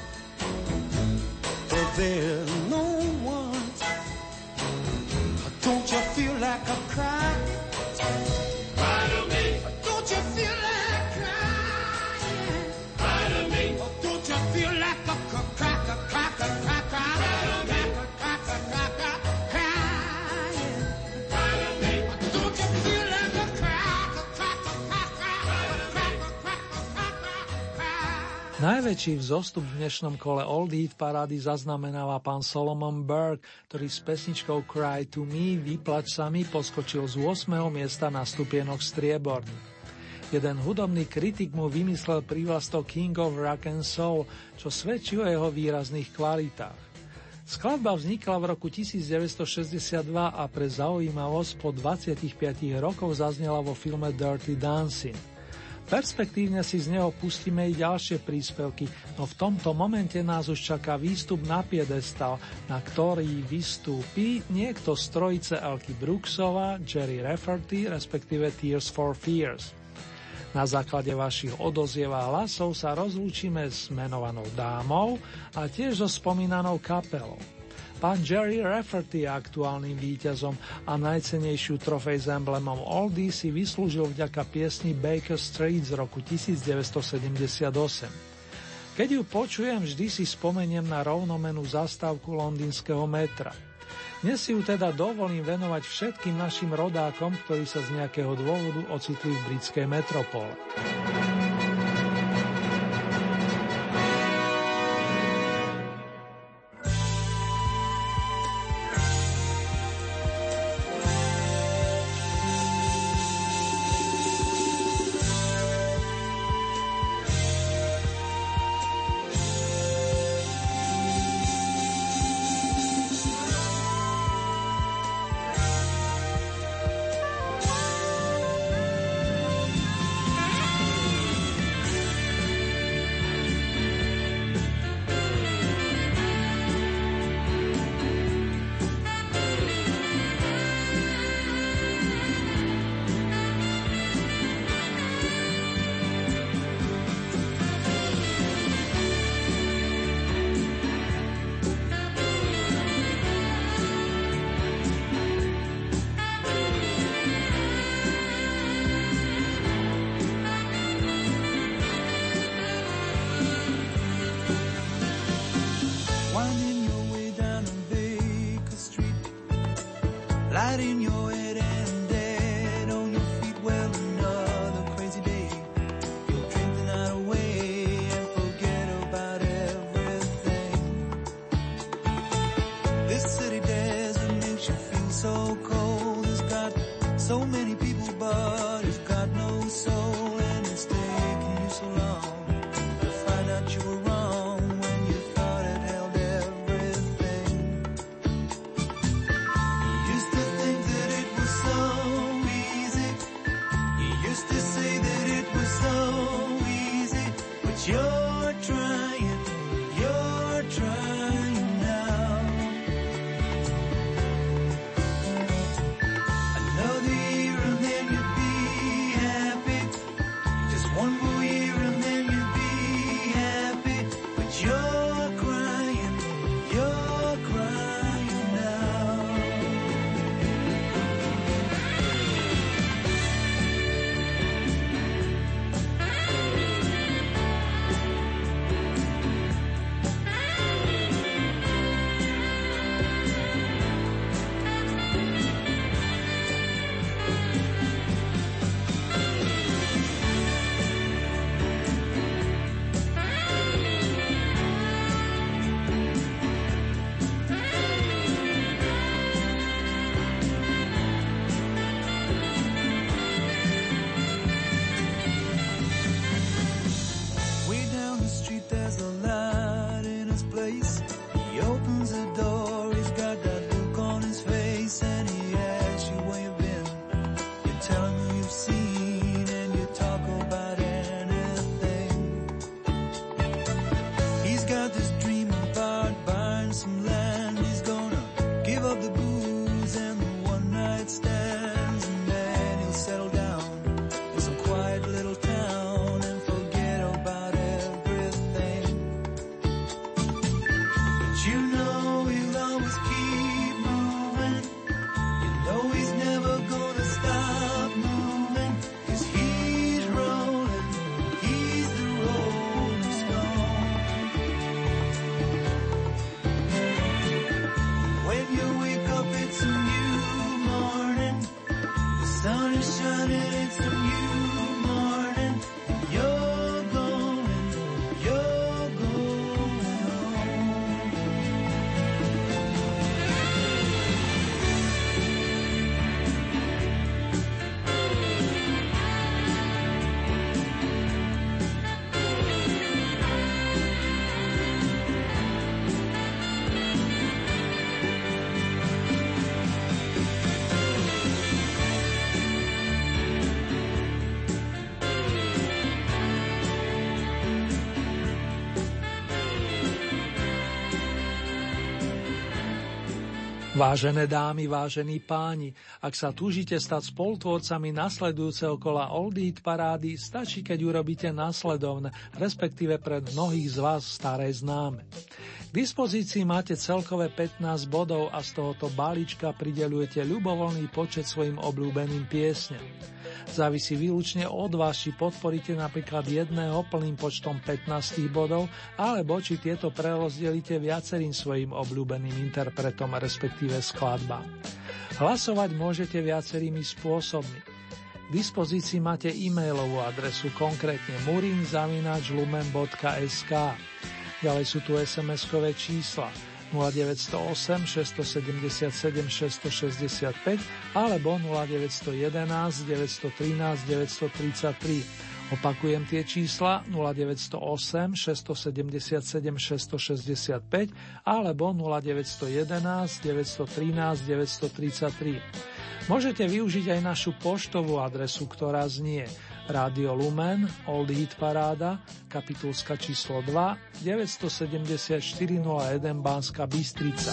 but there's no one. Don't you feel like a cry? Cry to me. Don't you feel like crying? Cry to me. Don't you feel like a crack, a crack, a crack, a crack, a crack, a crack, a crack, crying? Cry to me. Don't you feel like a crack, a crack, a crack, a crack, a crack, a crack? Najväčší vzostup v dnešnom kole Old Heat parády zaznamenáva pán Solomon Burke, ktorý s pesničkou Cry to Me, Vyplač sa mi, poskočil z ôsmeho miesta na stupienok strieborný. Jeden hudobný kritik mu vymyslel prívlastok King of Rock and Soul, čo svedčí o jeho výrazných kvalitách. Skladba vznikla v roku devätnásťstošesťdesiatdva a pre zaujímavosť po dvadsiatich piatich rokoch zaznela vo filme Dirty Dancing. Perspektívne si z neho pustíme i ďalšie príspevky, no v tomto momente nás už čaká výstup na piedestal, na ktorý vystúpi niekto z trojice Elky Brooksova, Jerry Rafferty, respektíve Tears for Fears. Na základe vašich odoziev a hlasov sa rozlúčime s menovanou dámou a tiež so spomínanou kapelou. Pán Jerry Rafferty je aktuálnym víťazom a najcennejšiu trofej s emblemom Oldie si vyslúžil vďaka piesni Baker Street z roku devätnásťstosedemdesiatosem. Keď ju počujem, vždy si spomeniem na rovnomenú zastávku londýnskeho metra. Dnes si ju teda dovolím venovať všetkým našim rodákom, ktorí sa z nejakého dôvodu ocitli v britskej metropole. Vážené dámy, vážení páni, ak sa túžite stať spolutvorcami nasledujúceho kola Old Hit parády, stačí, keď urobíte následovné, respektíve pred mnohých z vás staré známe. K dispozícii máte celkové pätnásť bodov a z tohoto balíčka prideľujete ľubovoľný počet svojim obľúbeným piesňam. Závisí výlučne od vás, či podporíte napríklad jedného plným počtom pätnásť bodov, alebo či tieto prerozdelíte viacerým svojim obľúbeným interpretom, respektíve skladbám. Hlasovať môžete viacerými spôsobmi. K dispozícii máte e-mailovú adresu, konkrétne murin zavináč lumen bodka es ká. Ďalej sú tu es em eskové čísla nula deväť nula osem šesť sedem sedem šesť šesť päť alebo nula deväť jeden jedna deväť jedna tri deväť tri tri. Opakujem tie čísla nula deväť nula osem šesť sedem sedem šesť šesť päť alebo nula deväť jeden jedna deväť tri deväť tri tri. Môžete využiť aj našu poštovú adresu, ktorá znie Rádio Lumen, Old Hit paráda, kapitulska číslo dva, deväť sedem štyri nula jeden Banská Bystrica.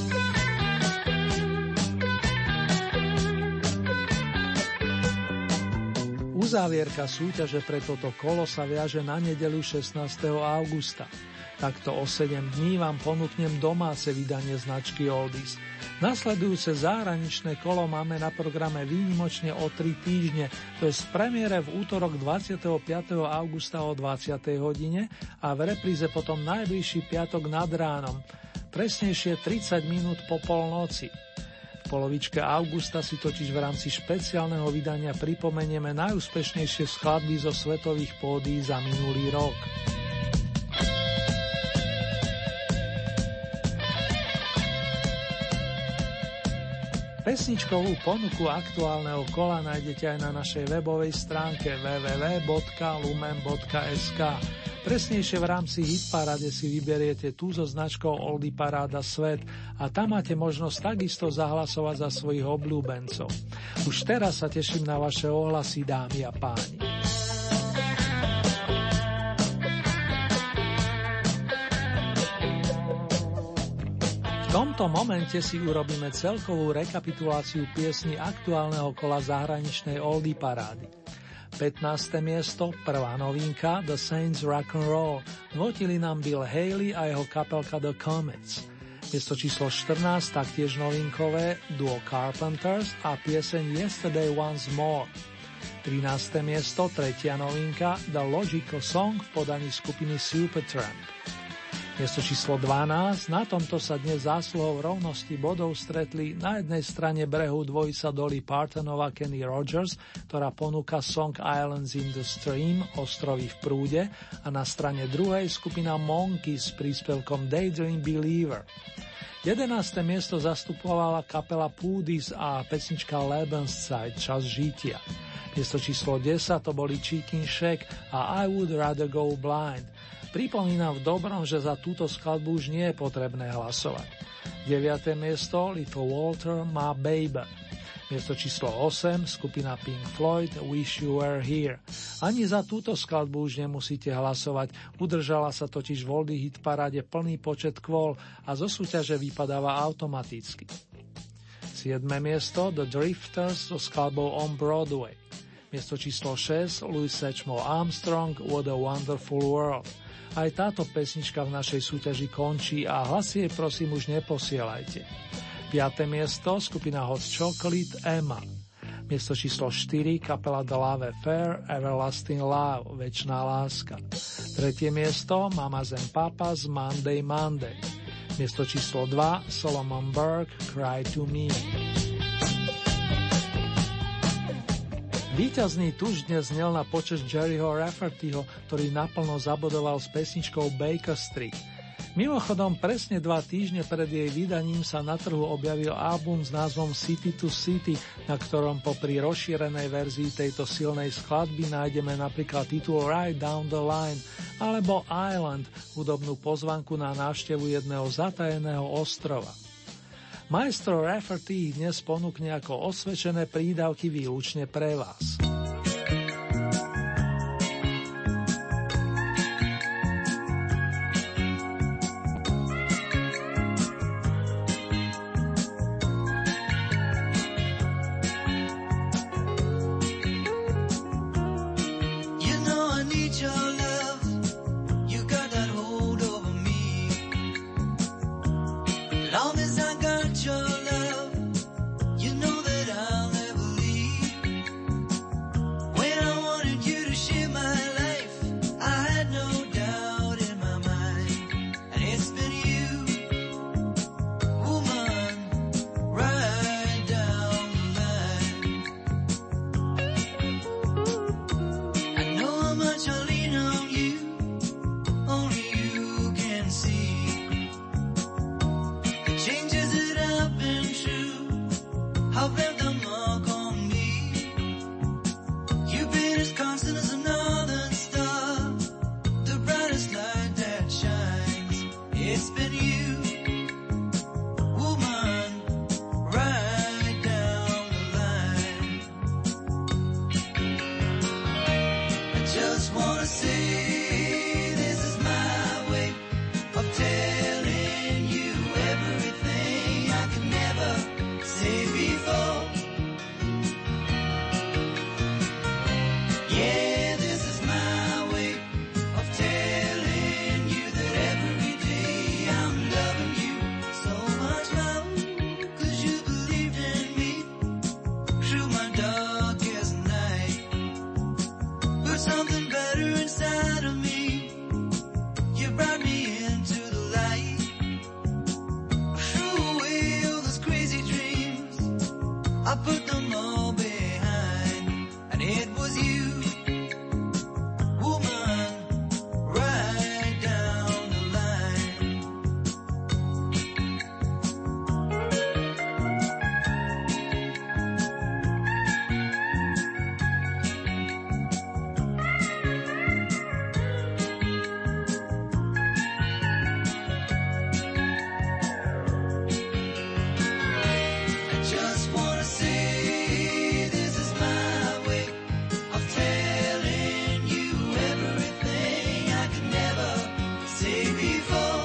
Uzávierka súťaže pre toto kolo sa viaže na nedeľu šestnásteho augusta. Takto o sedem dní vám ponúknem domáce vydanie značky Oldies. Nasledujúce zahraničné kolo máme na programe výnimočne o tri týždne, to je z premiére v útorok dvadsiateho piateho augusta o dvadsiatej hodine a v repríze potom najbližší piatok nad ránom, presnejšie tridsať minút po polnoci. V polovičke augusta si totiž v rámci špeciálneho vydania pripomenieme najúspešnejšie skladby zo svetových pódií za minulý rok. Pesničkovú ponuku aktuálneho kola nájdete aj na našej webovej stránke w w w bodka lumen bodka es ká. Presnejšie v rámci Hitparáde si vyberiete tú so značkou Oldie Paráda Svet a tam máte možnosť takisto zahlasovať za svojich obľúbencov. Už teraz sa teším na vaše ohlasy, dámy a páni. V tomto momente si urobíme celkovú rekapituláciu piesní aktuálneho kola zahraničnej Oldie parády. pätnáste miesto, prvá novinka The Saints Rock'n'Roll, notili nám Bill Haley a jeho kapelka The Comets. Miesto číslo štrnásť, taktiež novinkové, duo Carpenters a pieseň Yesterday Once More. trináste miesto, tretia novinka The Logical Song v podaní skupiny Supertramp. Miesto číslo dvanásť, na tomto sa dnes zásluhou rovnosti bodov stretli na jednej strane brehu dvojica Dolly Partonova Kenny Rogers, ktorá ponúka song Islands in the Stream, ostrovy v prúde, a na strane druhej skupina Monkeys s príspevkom Daydream Believer. jedenáste miesto zastupovala kapela Poody's a pesnička Lebenszeit, čas žitia. Miesto číslo desať to boli Chicken Shack a I Would Rather Go Blind. Pripomínam v dobrom, že za túto skladbu už nie je potrebné hlasovať. deviate miesto Little Walter, My Baby. Miesto číslo osem, skupina Pink Floyd, Wish You Were Here. Ani za túto skladbu už nemusíte hlasovať, udržala sa totiž v Oldie Hit paráde plný počet kvôl a zo súťaže vypadáva automaticky. siedme miesto The Drifters so skladbou On Broadway. Miesto číslo šesť, Louis Satchmo Armstrong, What a Wonderful World. Aj táto pesnička v našej súťaži končí a hlasy jej prosím už neposielajte. piate miesto, skupina Hot Chocolate, Emma. Miesto číslo štyri, kapela The Love Affair, Everlasting Love, Večná láska. Tretie miesto, Mamas and Papas, Monday Monday. Miesto číslo dva, Solomon Burke, Cry to Me. Víťazný tuž dnes znel na počesť Jerryho Raffertyho, ktorý naplno zabodoval s pesničkou Baker Street. Mimochodom, presne dva týždne pred jej vydaním sa na trhu objavil album s názvom City to City, na ktorom popri rozšírenej verzii tejto silnej skladby nájdeme napríklad titul Right Down the Line alebo Island, hudobnú pozvanku na návštevu jedného zatajeného ostrova. Maestro Rafferty dnes ponúkne ako osvedčené prídavky výlučne pre vás. I've left a mark on me. You've been as constant as a northern star, the brightest light that shines. It's been you, woman, right down the line. I just wanna say this is my way of telling you everything I could never say before. Yeah, this is my way of telling you that every day I'm loving you so much more, 'cause you believed in me through my darkest night. But something better inside of me, you brought me into the light. Threw away all those crazy dreams, I put them all behind, and it was you, woman, right down the line. I just wanna say this is my way of telling you everything I could never say before.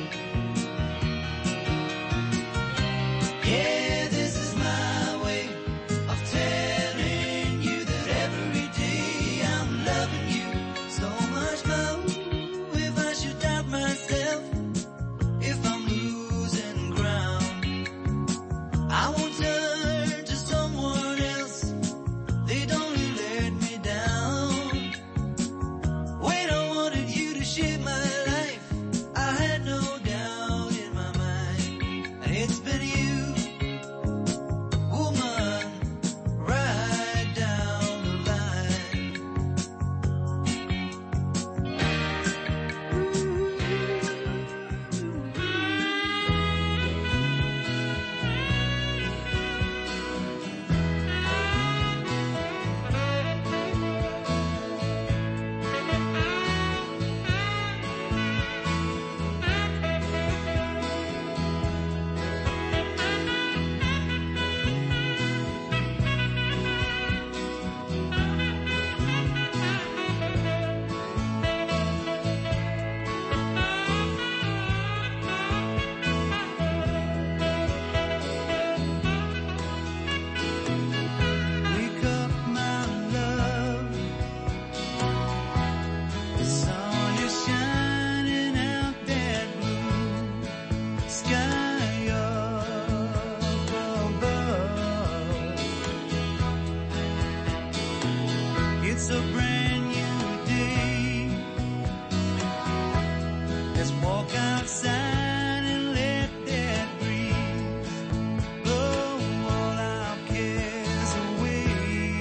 Yeah, this is my way of telling you that every day I'm loving you so much more. If I should doubt myself, if I'm losing ground, I won't turn to someone else. They'd only let me down. When I wanted you to shape my life, I had no doubt in my mind. And it's been you, woman, right down the line. Wake up, my love. The sun is shining out that blue sky up above. It's a brand new day. Let's walk outside and let that breeze blow all our cares away.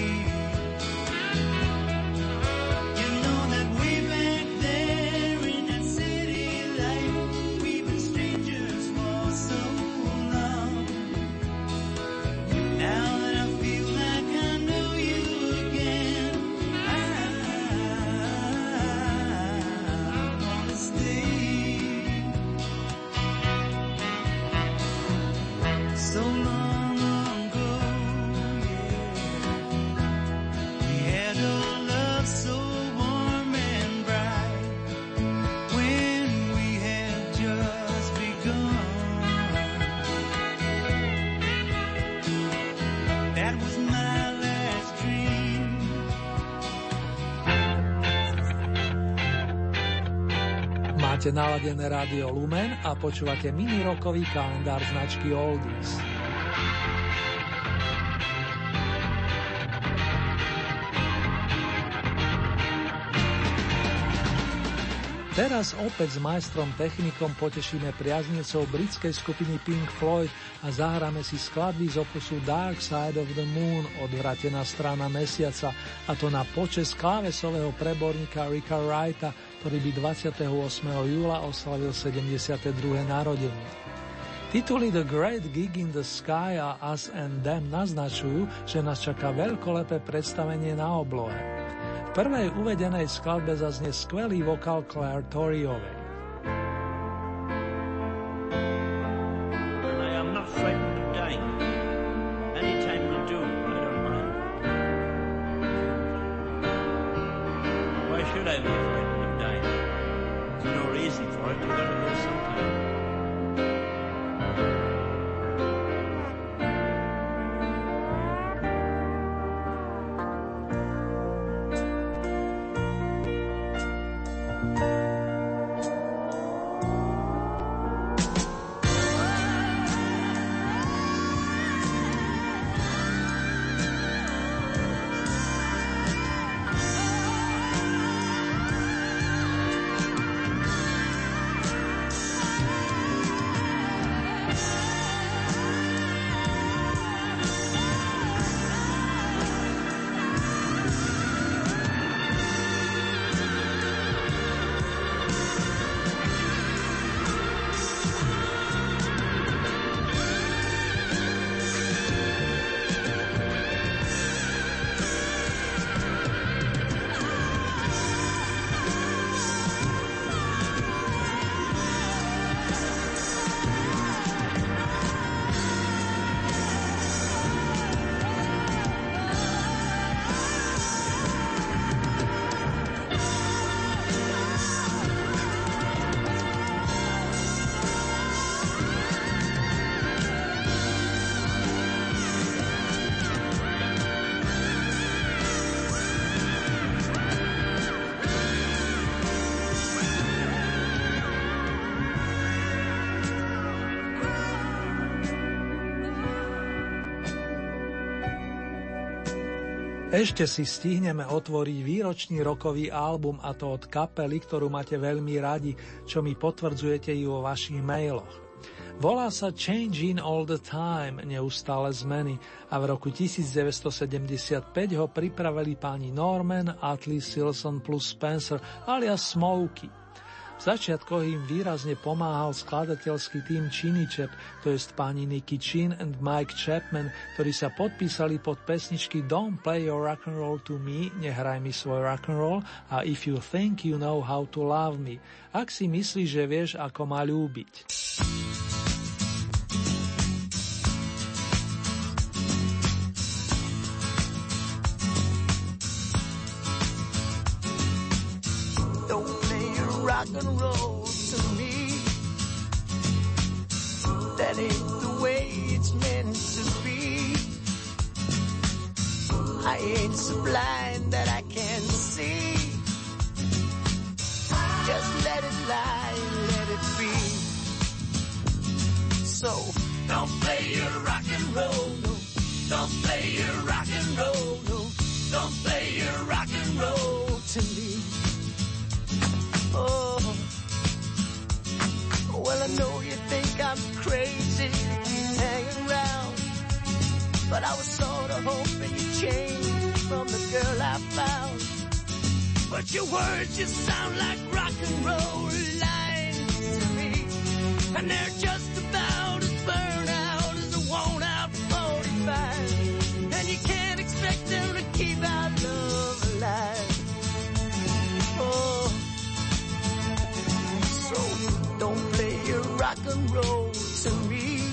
You know that way back there in that city life, we've been strangers for so long. Now that I feel like I know you again, I wanna stay. So long ago, yeah, we had a love so warm and bright when we had just begun. That was my last dream. Máte naladené rádio Lumen a počúvate mini rokový kalendár značky Oldies. Teraz opäť s majstrom technikom potešíme priaznivcov britskej skupiny Pink Floyd a zahráme si skladby z opusu Dark Side of the Moon, odvratená strana mesiaca, a to na počesť klávesového preborníka Ricka Wrighta, ktorý by dvadsiateho ôsmeho júla oslavil sedemdesiate druhé narodeniny. Tituly The Great Gig in the Sky a Us and Them naznačujú, že nás čaká veľkolepé predstavenie na oblohe. V prvej uvedenej skladbe zaznie skvelý vokál Claire Toriovej. And I am not frightened of dying. Anytime will do, I don't mind. Why should I be frightened of dying? There's no reason for it, you've got to go sometime. Ešte si stihneme otvoriť výročný rokový album, a to od kapely, ktorú máte veľmi radi, čo mi potvrdzujete i vo vašich mailoch. Volá sa Changing All the Time, neustále zmeny, a v roku devätnásťsedemdesiatpäť ho pripravili páni Norman, Atlee Silson plus Spencer alias Smokey. V začiatkoch im výrazne pomáhal skladateľský tím Chinichep, to jest páni Nicky Chin and Mike Chapman, ktorí sa podpísali pod pesničky Don't Play Your Rock and Roll to Me, nehraj mi svoj rock and roll, a If You Think You Know How to Love Me, ak si myslíš, že vieš, ako ma ľúbiť. Rock and roll to me. That ain't the way it's meant to be. I ain't so blind that I can't see. Just let it lie, let it be. So don't play your rock and roll, no. Don't play your rock and roll, no. Don't play your rock and roll to me. Oh, well, I know you think I'm crazy hanging around, but I was sort of hoping you'd change from the girl I found. But your words just sound like rock and roll lines to me, and they're just about as burned out as a worn out forty-five, and you can't expect them to keep our love alive. Oh, so don't play your rock and roll to me.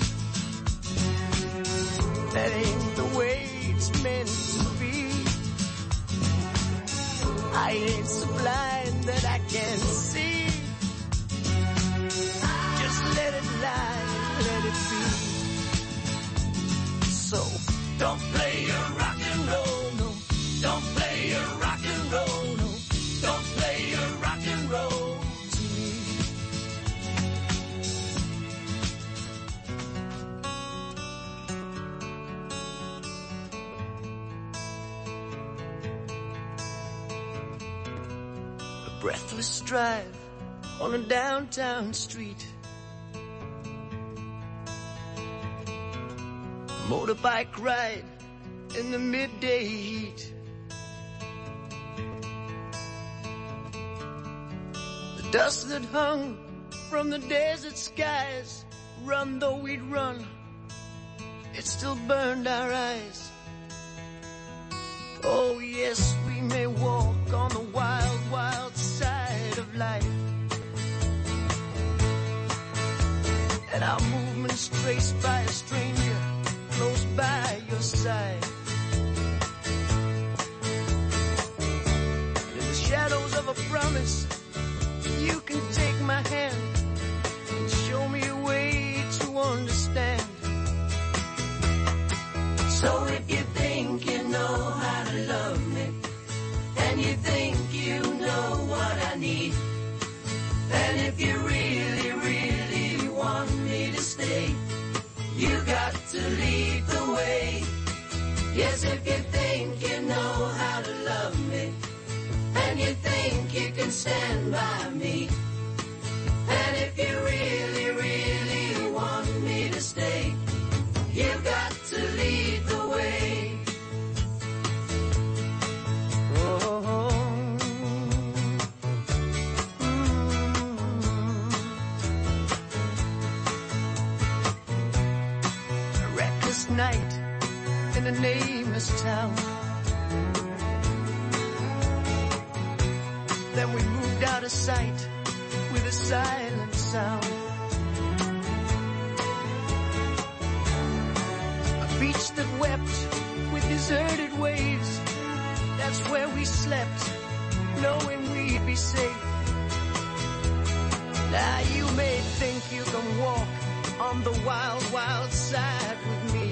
That ain't the way it's meant to be. I ain't so blind that I can't see. Just let it lie, let it be. So don't play your rock and roll, no. Don't play your rock and roll, no. Don't play your rock and roll. Breathless drive on a downtown street. Motorbike ride in the midday heat. The dust that hung from the desert skies run though we'd run, it still burned our eyes. Oh yes, we may walk on the wild, wild side of life, and our movements traced by a stranger close by your side. In the shadows of a promise, you can take my hand and show me a way to understand. So if you think you know how to love me, and you think you know what I need, and if you really, really want me to stay, you got to lead the way. Yes, if you think you know how to love me, and you think you can stand by me, and if you really, really want me to stay, you got to lead the way. Oh, mm. A reckless night in a nameless town. Then we moved out of sight with a silent sound. A beach that wept with deserted waves, that's where we slept, knowing we'd be safe. Now you may think you can walk on the wild, wild side with me,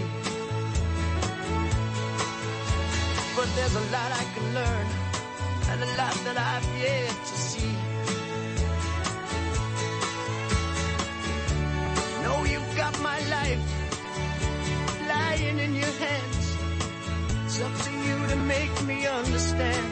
but there's a lot I can learn, and a lot that I've yet to see. You know you've got my life lying in your hands. It's up to you to make me understand.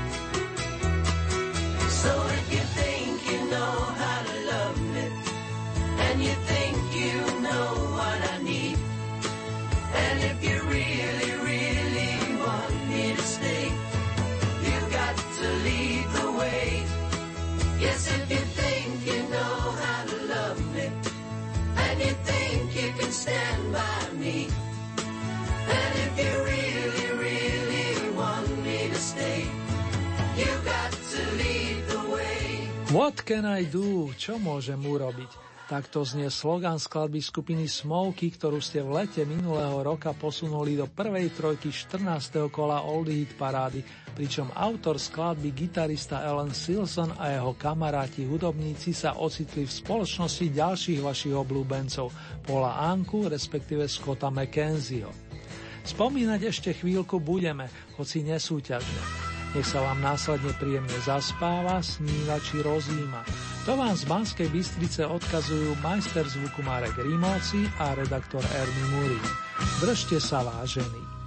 So if you think you know how to love me, and you think you know what I need, and if you really, really want me to stay, you got to lead the way. Yes, if you think you know how to love me, and you think you can stand by me, and if you really, really want me to stay, you got to lead the way. What can I do? Čo môžem urobiť? Takto znie slogan skladby skupiny Smokey, ktorú ste v lete minulého roka posunuli do prvej trojky štrnásteho kola Oldie Hit parády, pričom autor skladby, gitarista Alan Silson a jeho kamaráti hudobníci sa ocitli v spoločnosti ďalších vašich obľúbencov, Paula Anku, respektíve Scotta McKenzieho. Spomínať ešte chvíľku budeme, hoci nesúťažne. Nech sa vám následne príjemne zaspáva, sníva či rozíma. To vám z Banskej Bystrice odkazujú majster zvuku Marek Rimóci a redaktor Ermi Murín. Držte sa, vážení.